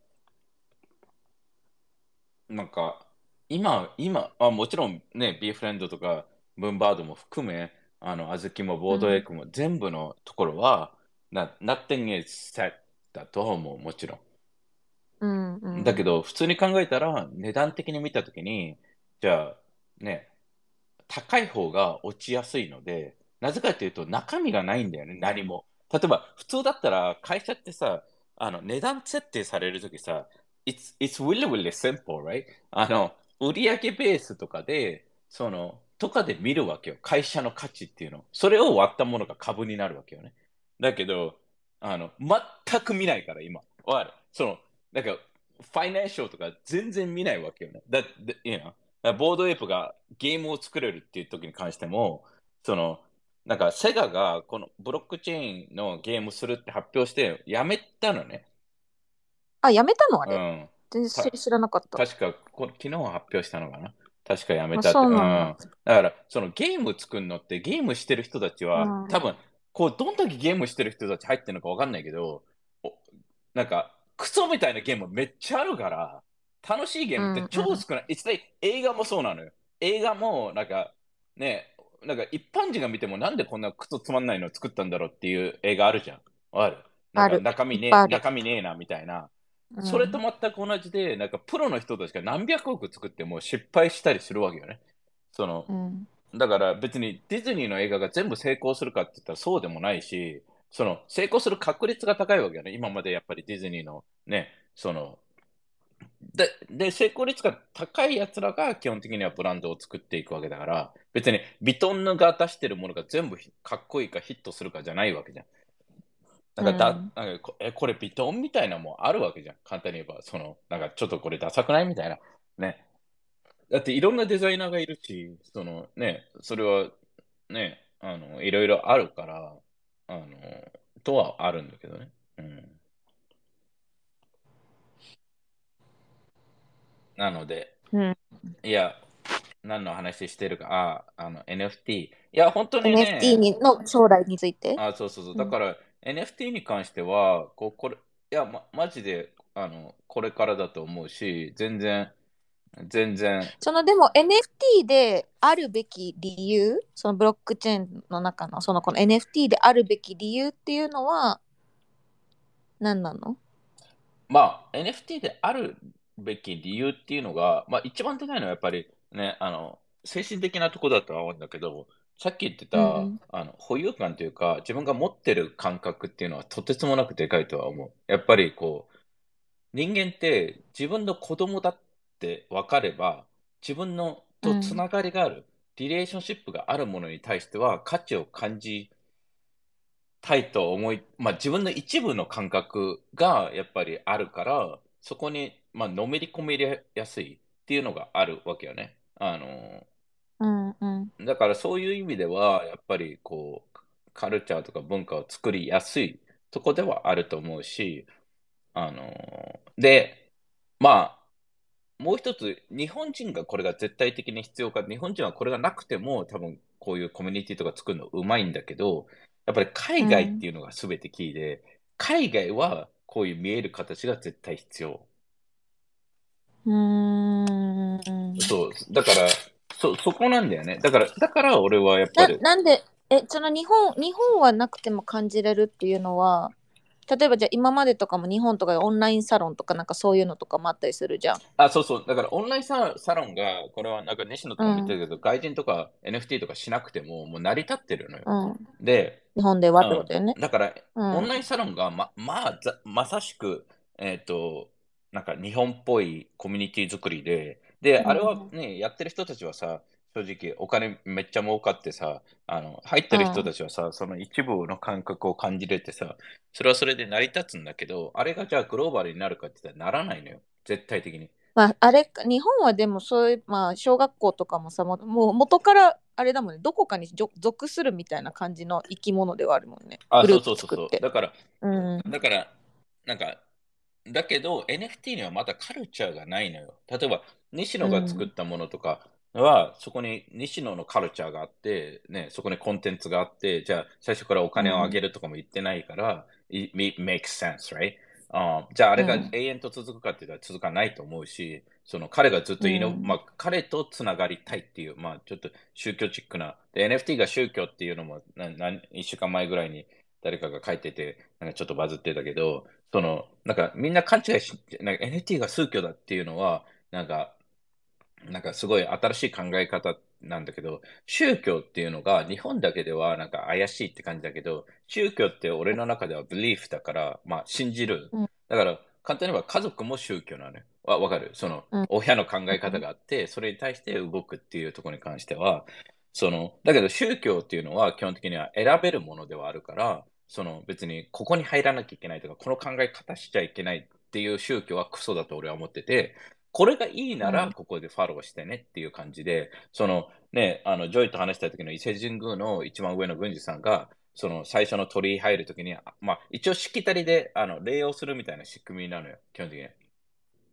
なんか、今、今、あ、もちろんね、ビーフレンドとか、ブンバードも含め、あの、小豆もボードエッうん。 グも全部のところは、な、nothing is set だと思う、もちろうん。うん。だけん。 ど、普通に考えたら、値段的に見たときに、じゃあ、ね、高い方が落ちやすいので、なぜかというと中身がないんだよね、何も。例えば、普通だったら会社ってさ、あの値段設定されるときさ、it's, it's really, really simple, right? あの、売上ベースとかで、その、とかで見るわけよ。会社の価値っていうの。それを割ったものが株になるわけよね。だけど、あの、全く見ないから、今。わかる？その、なんか、ファイナンシャルとか全然見ないわけよね。だ、だ、いや、ボードエイプがゲームを作れるっていう時に関しても、その、なんかセガがこのブロックチェーンのゲームするって発表してやめたのね。 あ、やめたのあれ？ うん。 全然た、 知らなかった。 確かこ昨日発表したのかな。 確かやめあ、 たって。うん。 そうなんだ。 だから、そのゲーム作るのって、ゲームしてる人たちは、 うん。 多分、こう、どんだけゲームしてる人たち入ってるのかわかんないけど、おなんか、クソみたいなゲームめっちゃあるから、楽しいゲームってうん。うん。 超少ない。実際、映画もそうなのよ。映画も、なんか、ね、なんか一般人が見てもなんでこんなクソつまんないの作ったんだろうっていう映画あるじゃん。ある。なんかある。 中身ね、 いっぱいある。 中身ねえなみたいな。それとうん。 全く同じで、なんかプロの人たちが何百億作っても失敗したりするわけよね。その、 うん。 だから別にディズニーの映画が全部成功するかって言ったらそうでもないし、その成功する確率が高いわけよね。今までやっぱりディズニーのね、その、で、で成功率が高い奴らが基本的にはブランドを作っていくわけだから、別にビトンヌが出してるものが全部かっこいいかヒットするかじゃないわけじゃん。なんかだ、 うん。 なんかこえ、これビトンみたいなもんあるわけじゃん。簡単に言えば、その、なんかちょっとこれダサくないみたいな。ね。だっていろんなデザイナーがいるし、そのね、それはね、あの、いろいろあるから、あの、とはあるんだけどね。うん。なので、 うん。 いや、何の話してるか、あ、あの、エヌエフティー。いや、本当にエヌエフティーね、 にの将来について。 あ、そうそうそう。 うん。 だから、エヌエフティー に関しては、こう、これ、いや、ま、マジで、あの、これからだと思うし、全然、全然、 そのでも エヌエフティー であるべき理由、そのブロックチェーンの中のそのこの エヌエフティー であるべき理由っていうのは何なの？ まあ、エヌエフティー であるべき理由っていうのが、まあ、一番でかいのはやっぱりね、あの、精神的なところだとは思うんだけど、さっき言ってた、 うん。 あの、保有感というか、自分が持ってる感覚っていうのはとてつもなくでかいとは思う。やっぱりこう、人間って自分の子供だって分かれば、自分のとつうん。 ながりがある、リレーションシップがあるものに対しては価値を感じたいと思い、まあ、自分の一部の感覚がやっぱりあるから、そこに、まあのめり込めやすいっていうのがあるわけよね。あの、 うん。うん。 だからそういう意味では、やっぱりこう、カルチャーとか文化を作りやすいとこではあると思うし、あの、で、まあ、もう一つ、日本人がこれが絶対的に必要か、日本人はこれがなくても、多分こういうコミュニティとか作るのうまいんだけど、やっぱり海外ってうん。 いうのが全てキーで、海外はこういう見える形が絶対必要。 うーん。 そう、だから、そ、そこなんだよね。だから、だから俺はやっぱな、 り、 なんで、え、その日本、日本はなくても感じれるっていうのは、例えばじゃあ今までとかも日本とかでオンラインサロンとかなんかそういうのとかもあったりするじゃん。 あ、そうそう。だからオンラインサ、サロンが、これはなんか西野とかも言ってうん。 るけど、外人とか エヌエフティー とかしなくても、もう成り立ってるのよ。 うん。 で、 日本ではうん。 ってことだよね。 だから、 うん。 オンラインサロンが、ま、まあ、ざまさしく、えっと、なんか日本っぽいコミュニティ作りで、で、あれはうん。 ね、やってる人たちはさ、正直お金めっちゃ儲かってさ、あの、入ってる人うん。 たちはさ、その一部の感覚を感じれてさ、それはそれで成り立つんだけど、あれがじゃあグローバルになるかって言ったらならないのよ。絶対的に。 まあ、あれか、日本はでもそういう、まあ、小学校とかもさ、もうもう元からあれだもんね、どこかにじょ属するみたいな感じの生き物ではあるもんね。 あ、そうグループそうそうそう。 作って。 だから、 うん。 だから、なんか、だけど エヌエフティー にはまだカルチャーがないのよ。例えば、西野が作っうん。 たものとかは、そこに西野のカルチャーがあって、ね、そこにコンテンツがあって、じゃあ最初からお金をあうん。 げるとかも言ってないから、it makes sense, right? あーじゃああれがうん。 永遠と続くかって言ったら続かないと思うし、その彼がずっといいの、 うん。 まあ彼とつながりたいっていう、まあちょっと宗教チックな、で エヌエフティー が宗教っていうのもなな一週間前ぐらいに誰かが書いてて、なんかちょっとバズってたけど、その、なんかみんな勘違いし、なんか エヌエフティー が宗教だっていうのは、なんか、なんかすごい新しい考え方なんだけど、宗教っていうのが日本だけではなんか怪しいって感じだけど、宗教って俺の中では belief だから、まあ信じる。 うん。 だから簡単に言えば家族も宗教なのよ。わ、わかるそのうん。 親の考え方があって、それに対して動くっていうところに関しては、その、だけど宗教っていうのは基本的には選べるものではあるから、その別にここに入らなきゃいけないとか、この考え方しちゃいけないっていう宗教はクソだと俺は思ってて、これがいいなら、 うん。 ここでファローしてねっていう感じで、そのね、あの、ジョイと話した時の伊勢神宮の一番上の宮司さんが、その最初の鳥居入るときに、あまあ、一応しきたりで、あの、礼をするみたいな仕組みなのよ、基本的に。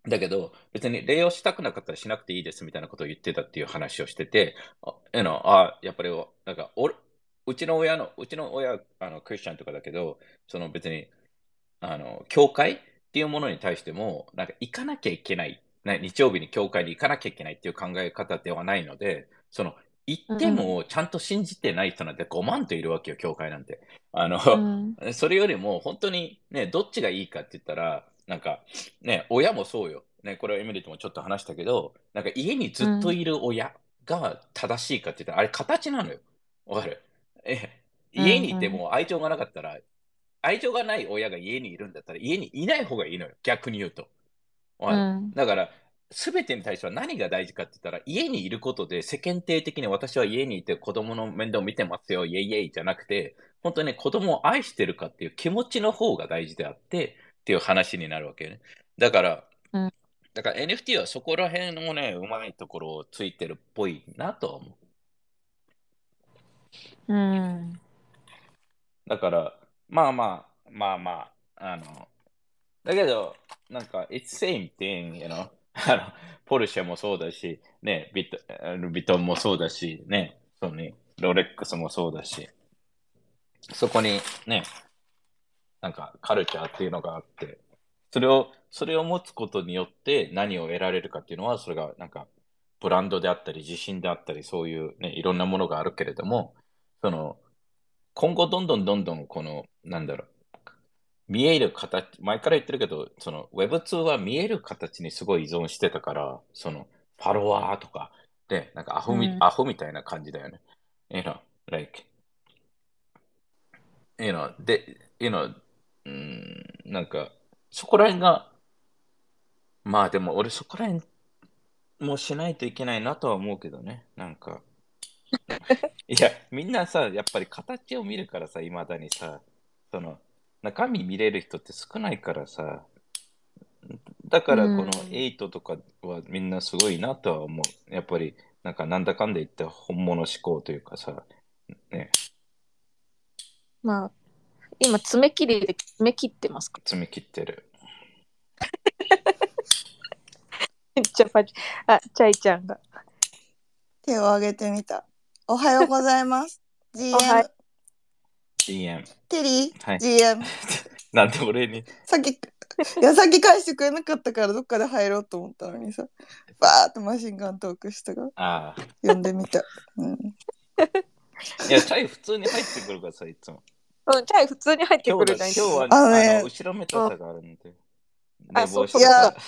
だけど、別に礼をしたくなかったらしなくていいですみたいなことを言ってたっていう話をしてて、あ、you know あやっぱり、なんか、おうちの親の、うちの親、あの、クリスチャンとかだけど、その別に、あの、教会っていうものに対しても、なんか行かなきゃいけない、ね、日曜日に教会に行かなきゃいけないっていう考え方ではないので、その、行ってうん。 もちゃんと信じてない人なんてごまんといるわけよ、教会なんて。あの、 うん。 それよりも本当にね、どっちがいいかって言ったら、なんか、ね、親もそうよ。ね、これはエミリーともちょっと話したけど、なんか家にずっとうん。 いる親が正しいかって言ったら、あれ形なのよ。わかる？え、 う家にいてん。 も愛情がなかったら、愛情がない親が家にいるんだったら、家にいない方がいいのよ。逆に言うと。わかる？ うん。 だから、すべてに対しては何が大事かって言ったら、家にいることで世間体的に私は家にいて子供の面倒を見てますよ、イェイイェイじゃなくて、本当に子供を愛してるかっていう気持ちの方が大事であって、っていう話になるわけね。だから、 うん。 だから エヌエフティー はそこら辺のね、うまいところをついてるっぽいなとは思う。 うん。 だから、まあまあ、まあまあ、あの、だけど、なんか、it's same thing, you know. あの、ポルシェもそうだし、ね、ビト、あのビトンもそうだし、ね、そうね、ロレックスもそうだし、そこにね、なんかカルチャーっていうのがあって、それを、それを持つことによって何を得られるかっていうのは、それがなんか、ブランドであったり、自信であったり、そういうね、いろんなものがあるけれども、その、今後どんどんどんどんこの、なんだろう、見える形、前から言ってるけど、その ウェブツー は見える形にすごい依存してたから、そのフォロワーとかで、なんかアホみ、 うん。 アホみたいな感じだよね。You know, like, you know, で、you know, うーん、なんか、そこら辺が、まあでも俺そこら辺もしないといけないなとは思うけどね。なんか、いや、みんなさ、やっぱり形を見るからさ、いまだにさ、その、中身見れる人って少ないからさ、だかうらこのん。 エイトとかはみんなすごいなとは思う。やっぱり、なんかなんだかんだ言って本物志向というかさ、ね、 まあ、今、爪切りで爪切ってますか？ 詰め切ってる。 めっちゃパチ、あ、チャイちゃんが。 手を挙げてみた。おはようございます。 おはジーエム。 ディーエム。 テリー、 はい。 ジーエム。 なんで俺に。 さっき、いや、さっき返してくれなかったからどっかで入ろうと思ったのにさ、バーっとマシンガントークしたが、 ああ。 呼んでみた。うん、 いや、チャイ普通に入ってくるからさ、いつも。 うん、チャイ普通に入って今日だ、 くるじゃん。 今日は、 あのねあの、後ろめたさがあるんで。 あ、 寝そう坊してさ。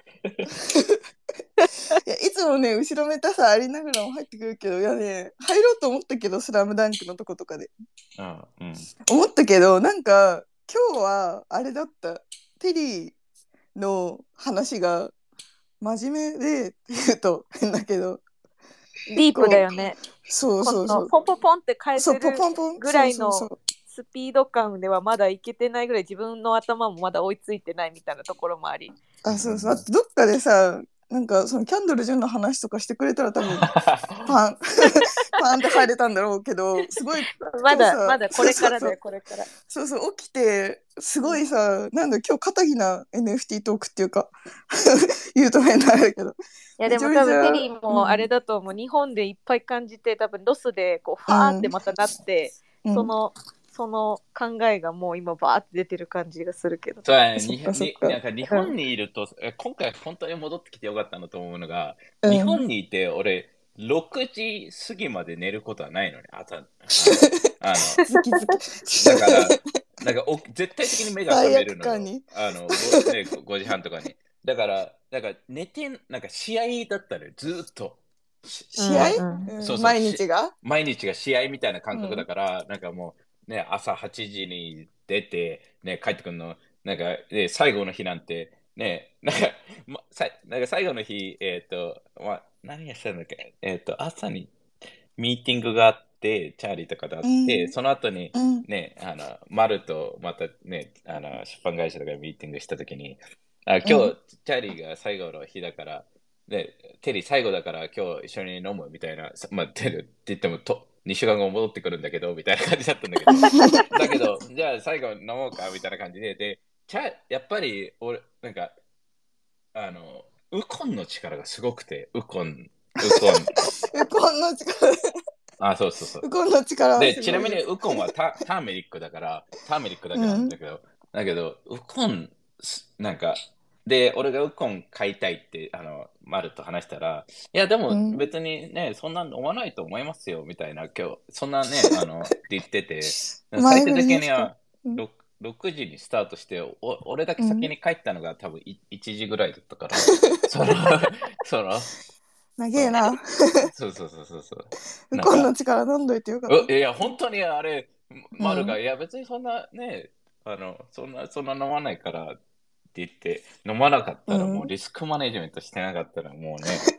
いやいつもね、後ろめたさありながらも入ってくるけど、いやね、入ろうと思ったけど、スラムダンクのとことかで。 うん、うん。 思ったけど、なんか、今日はあれだった。テリーの話が真面目でって言うと変だけど、 ディープだよね。 そうそうそう。 このポンポンポンって返そう、ポせるポンポン。 ぐらいのそうそうそう。 スピード感ではまだいけてないぐらい自分の頭もまだ追いついてないみたいなところもあり。 あ、そうそう。あとどっかでさ、なんかそのキャンドル・ジュンの話とかしてくれたら多分パンパンって入れたんだろうけど、すごいま今日さ、 だまだこれからだよ、 そうそうこれから。 そうそう起きてすごいさ、なんだ今日肩着な エヌエフティー トークっていうか言うと変なんだけど、 いやでもめちゃめちゃ多分テリーもあれうんだと思う、日本でいっぱい感じて多分ロスでこうファーってうんまたなって、 うんそのその考えがもう今バーって出てる感じがするけど。 そうやね、 そっににかそっかなんか日本にいると、え今回本当に戻ってきてよかったなと思うのが、日うん本にいて俺、ろくじ過ぎまで寝ることはないのね、朝。あの、あのズキズキだから、なんかお絶対的に目が覚罪めるのよ。 悪感にあの、ごね、ごじはんとかに。だから、なんか寝てん、なんか試合だったのよ、ずーっと。し試合、 あのうんうんそうそう、 毎し日が毎日が試合みたいな感覚うんだから、なんかもう、ね、朝はちじに出て、ね、帰ってくるの、なんか、ね、最後の日なんて、ね、なんか、ま、さなんか最後の日、えっ、と、ま、何がしたんだっけ、えっ、と、朝にミーティングがあって、チャーリーとかと会うって、 んその後に、 うんね、あの、マルとまたね、あの、出版会社とかミーティングしたときに、あ、 うん今日、チャーリーが最後の日だから、ね、テリー最後だから今日一緒に飲むみたいな、さまあ、テルって言ってもと、にしゅうかんご戻ってくるんだけど、みたいな感じだったんだけど、だけど、じゃあ最後飲もうかみたいな感じで、で、チャやっぱり俺、なんか、 あの、ウコンの力がすごくて、ウコン、ウコン。 ウコンの力、 あ、そうそうそう。 ウコンの力はで、 すごいよ。 ちなみにウコンはタ、ターメリックだから、ターメリックだけなんだけど、だけど、ウコン、すなんか、で、俺がウコン買いたいって、あの、マルと話したら、いや、でもうん。 別にね、そんな飲まないと思いますよ、みたいな、今日、そんなね、あの、って言ってて、最終前振りですか？ 的にはうん。 ろく、ろくじにスタートして、お、俺だけうん。 先に帰ったのが多分いいちじぐらいだったから、その、その、その、 長えな。 そうそうそうそうそう。 ウコンのなんか、 力飲んどいてよかった。 ういや、本当にあれ、 うん。 マルが、いや、別にそんなね、あの、そんな、そんな飲まないからって言って、飲まなかったらもううん。 リスクマネジメントしてなかったらもうね、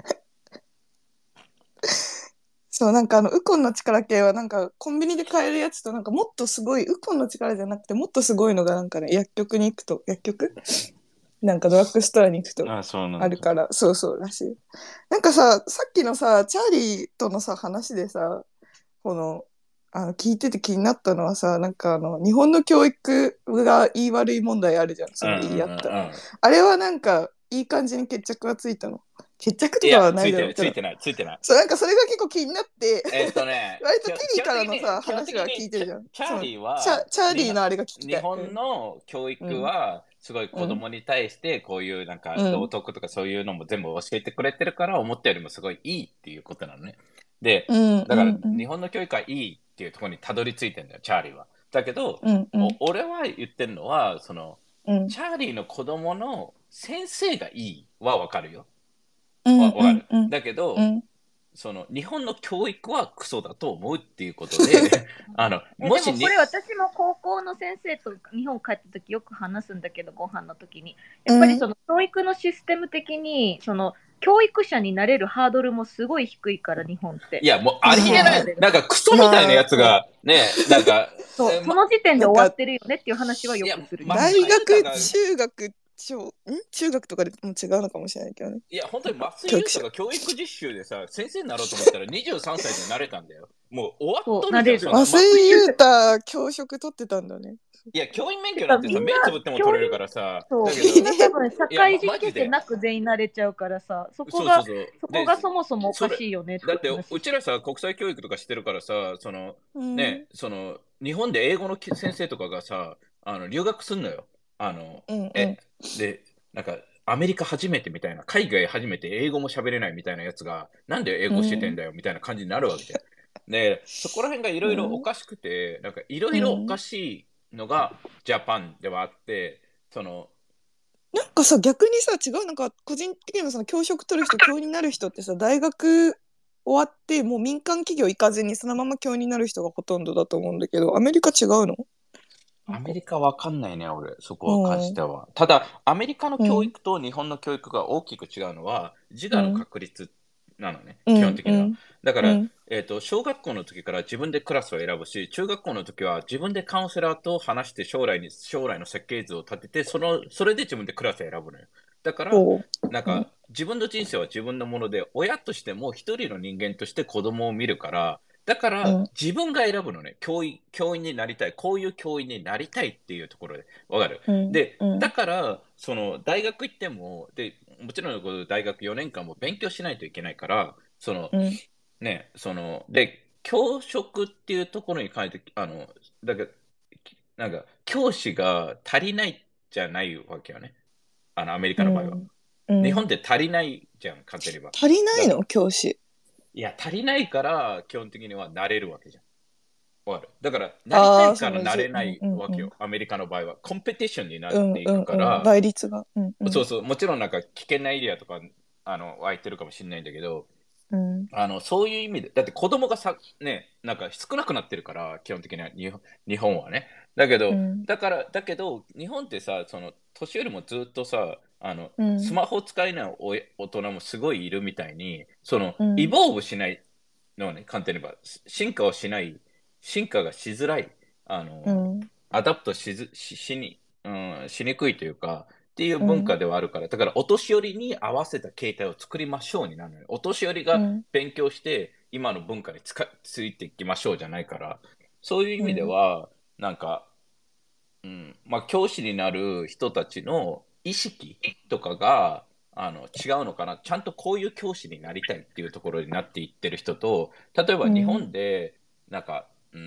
そう、なんかあの、ウコンの力系はなんかコンビニで買えるやつとなんかもっとすごい、ウコンの力じゃなくてもっとすごいのがなんかね、薬局に行くと、薬局なんかドラッグストアに行くとあ、そうなんだ。 あるから、そうそうらしい。なんかさ、さっきのさ、チャーリーとのさ、話でさ、この、あの、聞いてて気になったのはさ、なんかあの、日本の教育が言い悪い問題あるじゃん、そのうんうんうん言い合った。 うん。 あれはなんか、いい感じに決着がついたの？決着とかいや、 はないついてない、 だろうけど、 ついてない、ついてない。 そう、なんかそれが結構気になって、 えっとね、 割ときょ基テリーから本的に、 のさ、 基本話は聞的にチャ、 いてるじゃん。 チャーリその、 ーは、 チャ、チャー日本、 リーのあれが聞きたい。う日本ん。 の教うん。 育は、すごい子うん。 供に対してこういうなんかうん。 道徳とかそういうのも全部教えてくれてるから思ったよりもすごいいいっていうことなのね。で、 うん。 だからうん。うん。 日本の教育はいいっていうところにたどり着いてんだよ、チャーリーは。だけど、 うん。うおん。 俺は言ってるのは、その、 うん。 チャーリーの子供の先生がいいはわかるよ。 うん。 わ、わかる。 うん。 だけど、 うん。 その日本の教育はクソだと思うっていうことで、あの、 え、でもこもしに、 れ私も高校の先生と日本帰った時よく話すんだけど、ご飯の時に。やうん。 っぱりその教育のシステム的に、その教育者になれるハードルもすごい低いから、日本って。 いや、もうありえ先生にまあ、 ない。 なれるハードル。 なんかクソみたいなまあ、 やつそう。 が、ね、なんか、 そう、 えま、 その時点で終わなんか、 ってるよねっていう話はいや、 よくする、日マ大本帰って。 スユータが、 学、中学、小、ん中学とかでも違うのかもしれないけどね。 いや、本当なんか、 にマス教育者。 ユータが教育実習でさ、先生になろうと思ったらにじゅうさんさいでなれたんだよ。もう終わっそう、 とるじゃん、そんなれる。 な。 増マス、 井裕太、教職取ってたんだね。 いや、教員免てか、 許なんてさ、 みんな目つぶっても取れる教員、 からさ、 そう、 だけど、 みんな多分社いや、ま、 会人マジで、 経験なく全員なれちゃうからさ、そこが、 そうそうそう。で、 そこがそもそもおかそれ、 しいよねってだって、 いう話。 うちらさ、国際教育とかしてるからさ、その、 うん。 ね、その、日本で英語のき先生とかがさ、あの、留学すんのよ。あの、 うんうん。 え、で、なんか、アメリカ初めてみたいな、海外初めて英語も喋れないみたいなやつが、なんで英語しててんうん。 だよみたいな感じになるわけじゃん。で、そこら辺がいろいろおうん。 かしくて、なんかいろいろおうん。 かしいのがジャパンではあって、その、 なんかさ、逆にさ、違う、なんか、個人的にはその教職取る人、教員になる人ってさ、大学終わって、もう民間企業行かずに、そのまま教員になる人がほとんどだと思うんだけど、アメリカ違うの？なんか、 アメリカわかんないね、俺、そこうは関しん。 ては。ただ、アメリカのうん。 教育と日本の教育が大きく違うのは、自我のうん。 確立なのね、 うん。 基本的には。 うん。 だから、 うん。 えっと、小学校の時から自分でクラスを選ぶし、中学校の時は自分でカウンセラーと話して将来に、将来の設計図を立てて、その、それで自分でクラスを選ぶのよ。だから、 ほう。うん。 なんか、自分の人生は自分のもので、親としても一人の人間として子供を見るから、だからうん。 自分が選ぶのね。教員、教員になりたい。こういう教員になりたいっていうところで。わかる。 うん。 で、 うん。 だから、その、大学行っても、で、もちろんのこと大学よねんかんも勉強しないといけないから、その、 うん。 ね、その、で、教職っていうところに関して、あの、だから、なんか、教師が足りないじゃないわけよね。あの、アメリカの場合は。 うん。う日ん。 本って足りないじゃん、簡単に言えば。 足りないだから、 の教師？ いや、足りないから、基本的にはなれるわけじゃん。わかる。だから、なりたああー、 いからそのじ、うん。 なれないうん。うん。 わけよ。アメリカの場合は。コンペティションになうん。 っていくうん。うん。 から、 倍率が。うん。うん。 そうそう、もちろんなんか危険なエリアとか、あの、湧いてるかもしれないんだけど、 うん。 あの、そういう意味で、だって子供がさ、ね、なんか少なくなってるから、基本的には日本、日本はね。だけど、 うん。 だから、だけど、日本ってさ、その、年寄りもずっとさ、あの、 うん。 スマホ使えないお大人もすごいいるみたいに、その、 うん。 イボーブしないのね、簡単に言えば、し進化をしない、進化がしづらい、あの、 うん。 アダプトしず、し、しに、うん、しにくいというか、っていううん。 文化ではあるから、だからお年寄りに合わせた携帯を作りましょうになるのよ。お年寄りがうん。 勉強して、今の文化につかついていきましょうじゃないから、そういう意味でうん。 は、なんか、うん、まあ、教師になる人たちの意識とかが、 あの違うのかな、ちゃんとこういう教師になりたいっていうところになっていってる人と、例えば日本でなんか、うん、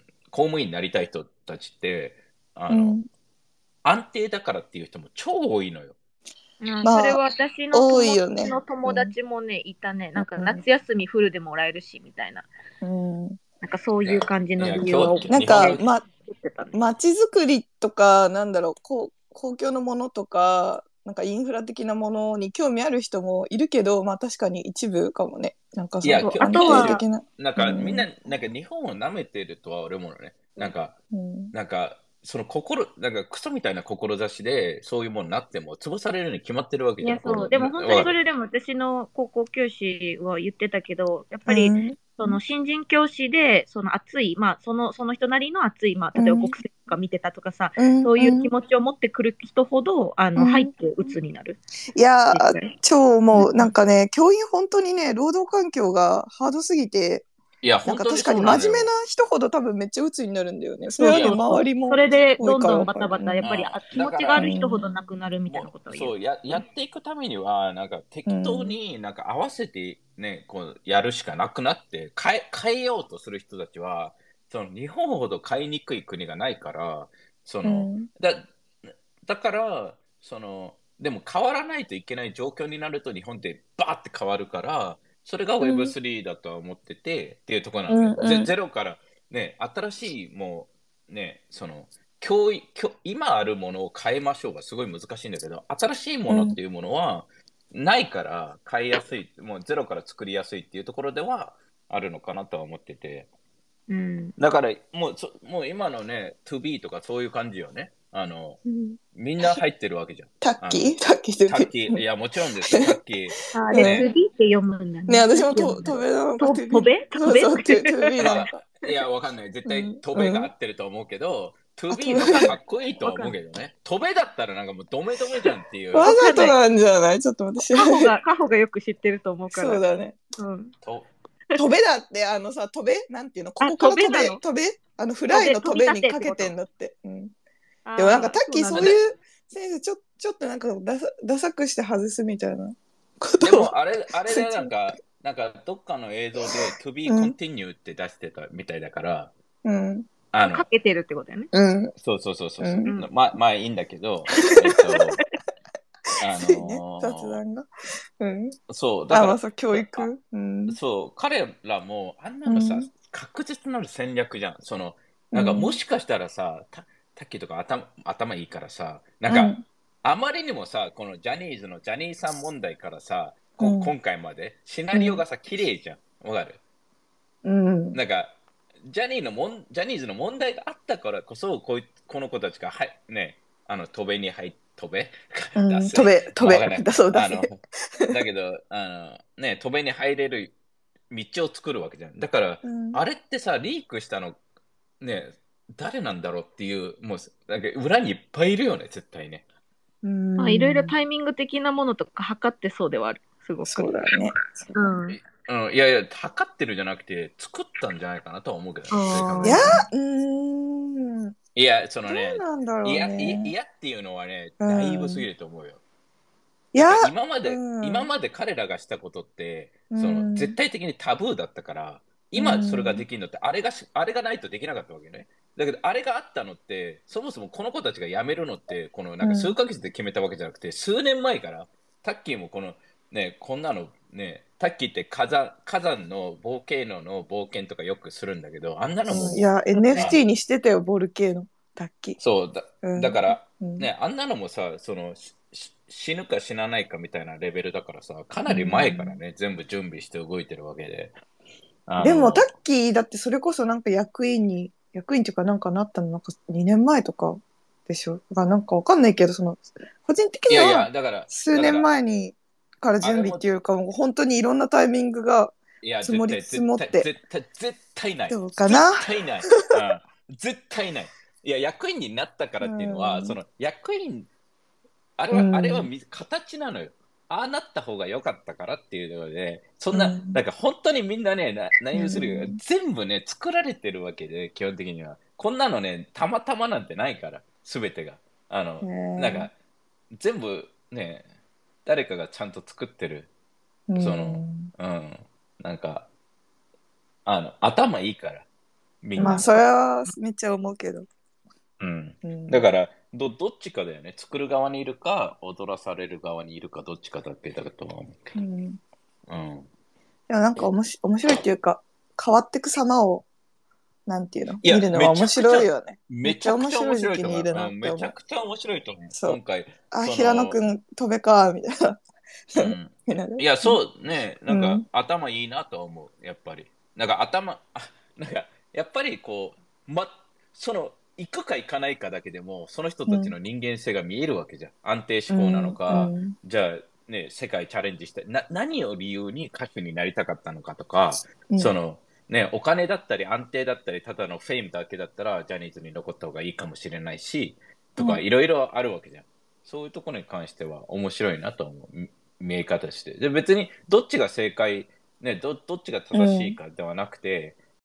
公務員になりたい人たちってあの、 うん、 安定だからっていう人も超多いのよ。 うん、 まあそれは私の多友いよね。 達の友達もね、いたね。なんかうん夏休みフルでもらえるし、みたいな。 うん、 なんかそういう感じいや、 の理由は今日、 なん日本の、 か、ま、 言ってたね。 街づくりとか、なんだろう、こう公共のものとか、なんかインフラ的なものに興味ある人もいるけど、まあ確かに一部かもね。なんかいや、 そのそう、あきょ安とは、 定的な。 なんかみんな、 うん、 なんか日本を舐めてるとは俺もね、なんか、 うん、 なんか、その心、なんかクソみたいな志でそういうものになっても潰されるに決まってるわけじゃん。 いや、そう。 この、 でも本当になわかる。 それでも私の高校教師は言ってたけど、やっぱり、 うん、 その新人教師で、その熱い、まあ、その、その人なりの熱い、まあ、 うん、 例えば国籍とか見てたとかさ、 うん、 そういう気うん、 持ちを持ってくる人ほど、あの、入っうん。 て鬱になる。 いやー、 実際。 超うん。 思う。なんかね、教員本当にね、労働環境がハードすぎて、 いや、 なんか本当に確かに真そうなのよ。 面目な人ほど多分めっちゃ鬱になるんだよね。それそうはね、 いや、 そうそう。 周りもそれで、 多いどんどんからわかる。 バタバタ、やっぱりああ気持ちがあだから、 る人ほうん、 どなくなるみたいなもう、 ことは言う。 そうや、やっていくためには、なんかう適当ん、 になんか合わせてね、こうやるしかなくなって、変え、変えようとする人たちは、その日本ほど買いにくい国がないから、その、 うん、 だ、だから、その、でも変わらないといけない状況になると日本ってバーって変わるから、それがうん、 ウェブスリー だとは思っててっていうところなのね。 うん、 ゼ、 うん、 ゼロからね、新しいもうね、その、教育、教今あるものを変えましょうがすごい難しいんだけど、新しいもうん。 のっていうものはないから変えやすい、もうゼロから作りやすいっていうところではあるのかなとは思ってて。 うん。 だからもうそ、もう今のね、トゥビー とかそういう感じよね。あの、 うん。 みんな入ってるわけじゃん。 タッあの、 キータッキーしてる。 タッキー、いや、もちろんですよ、タッキー。 あ、あれ、 うん。 ね、 トゥビーって読むんだね、 ね。 私もと、 なんて読むんだろ飛べなのう。と、 かトゥビー。 飛べ飛べそうそう、トゥ、トゥビーなのあ、 か。 いや、わかんない。絶対、 うん、 飛べが合うん。 ってると思うけど、トゥあ、 ビーの飛べ。 方がかっこいいとはわかんない。 思うけどね。飛べだったらなんかもうドメドメじゃんっていう。 わわかんない。 ざとなんじゃないちょっと私。 カホが、カホがよく知ってると思うから。 そうだね。 うん。 と、 飛べだって、あのさ、飛べなんていうのこあ、 こから飛べ、 飛べなの？ 飛べあの、フラ飛べ、 イの飛飛び立べにかけてってこと？ てんだって。うん。でもなんかああ、 タッキーそうなんだ。 で、 そういう先生ちょ、ちょっとなんかダサ、ダサくして外すみたいなことを。 でもあれ、あれでそっちも。 なんか、なんかどっかの映像で to be うん、 continue って出してたみたいだから、 うん、 あの、 かけてるってことだよね。 うん、 そうそうそうそうそう。 うん。 うん。 ま、まあいいんだけど、えっと、あついね、雑の談が。うん。 ーそう、だあ、 から、 まあそう、教あ、 育。うん。 そう、彼らもあんなのさ、 うん。 確実なる戦略じゃん。その、なんかもうん。 しかしたらさ、たタッキーとか頭、頭いいからさ、なんか、 うん。 あまりにもさ、このジャニーズのジャニーさん問題からさ、こうん。 今回まで、シナうん。 リオがさ、綺麗じゃん。わかる？ うん。 なんか、ジャニーのもん、ジャニーズの問題があったからこそ、こういこの子たちが、はい、ね、あの、飛べに入っ、飛べ出うん。飛せ。 べ、飛べ。 まあわかんない。 だそうだあの、 せ。 だけど、あの、ね、飛べに入れる道を作るわけじゃん。だから、 うん。 あれってさ、リークしたの、ね、誰なんだろうっていう、もう、なんか裏にいっぱいいるよね、絶対ね。 うまあ、いろいろん。 タイミング的なものとか測ってそうではある。すごく。 そうだね。 うん。 いうん、いやいや、測ってるじゃなくて、作ったんじゃないかなとは思うけどね、そういう考いや、 えたら。 ああ。 うーん。 いや、そのどうね、 なんだろういや、いや、いね。 やっていうのはね、 うナイーブすぎん。 ると思うよ。 いや、 だから今まうで、今ん。 まで彼らがしたことって、 うその絶ん。 対的にタブーだったから、 う今それがん。 できるのって、あれがし、あれがないとできなかったわけね。だけど、あれがあったのって、そもそもこの子たちが辞めるのって、このなんか数うん。 ヶ月で決めたわけじゃなくて、数年前から、タッキーもこの、ね、こんなの、ね、タッキーって火山、火山の冒険のの冒険とかよくするんだけど、あんなのもうん。いもや、 う、あ、 エヌエフティー にしてたよ、ボルケーノ。楽器。 そうだ、 うん。 だから、 うん。 ね、あんなのもさ、その、しし死ぬか死なないかみたいなレベルだからさ、かうなり前からん。 ね、全部準備して動いてるわけで、あでも、タッの、 キーだってそれこそなんか役員に、役員っていうかなんかなったのなんかにねんまえとかでしょだからなんかわかんないけど、その、個人的にはいやいや、だから、 数年だから、 前にから準備っあれも、 ていうか、もう本当にいろんなタイミングがいや、 積もり絶対、 積もって、 絶対、絶対、絶対ない。 どうか絶な。 対ない。うん、絶対ない。いや、役員になったかうらっていうのは、そん。 の、役員、あれうは、あれはん。 み形なのよ。ああなった方が良かったからっていうので、そんな、 うん。 なんか本当にみんなね、なう何をするかん。 全部ね、作られてるわけで、基本的には。こんなのね、たまたまなんてないから、すべてが。あの、なんねか、全部ね、 誰かがちゃんと作ってる、 うんその、うん、なんか、あの、頭いいから、みんな。 まあそれはめっちゃ思うけど。 うん。 うんだからど、どっちかだよね。作る側にいるか、踊らされる側にいるか、どっちかだけだと思うけど。 うん、でうん。 もなんかおもし面白いっていうか変わってく様をなんていうのいや、 見るのは面めちゃくちゃ、 白いよね。めめちっちゃ面ゃくちゃ面白い時期白いと思う。 にいるなうん、めちゃって思う。 くちゃ面白いと思う。 そう。 今回、 あ、 そ平野くの、 ん飛べかみたいな。 うん。 みんなで。 いや、そうね、なんかうん。 頭いいなと思う、やっぱり。なんか頭、あ、なんか、やっぱりこう、ま、その、行くか行かないかだけでも、その人うん。 たちの人間性が見えるわけじゃん。安定志向なのうん。うか、 ん。 じゃあ、ね、世界チャレンジして、な、何を理由に歌手になりたかったのかとか、 うん。 その、ね、お金だったり安定だったり、ただのフェイムだけだったら、ジャニーズに残った方がいいかもしれないし、とか、 うん。 いろいろあるわけじゃん。そういうところに関しては面白いなと思う。見え方して。で、別にどっちが正解、ね、ど、どっちが正しいかではなくて、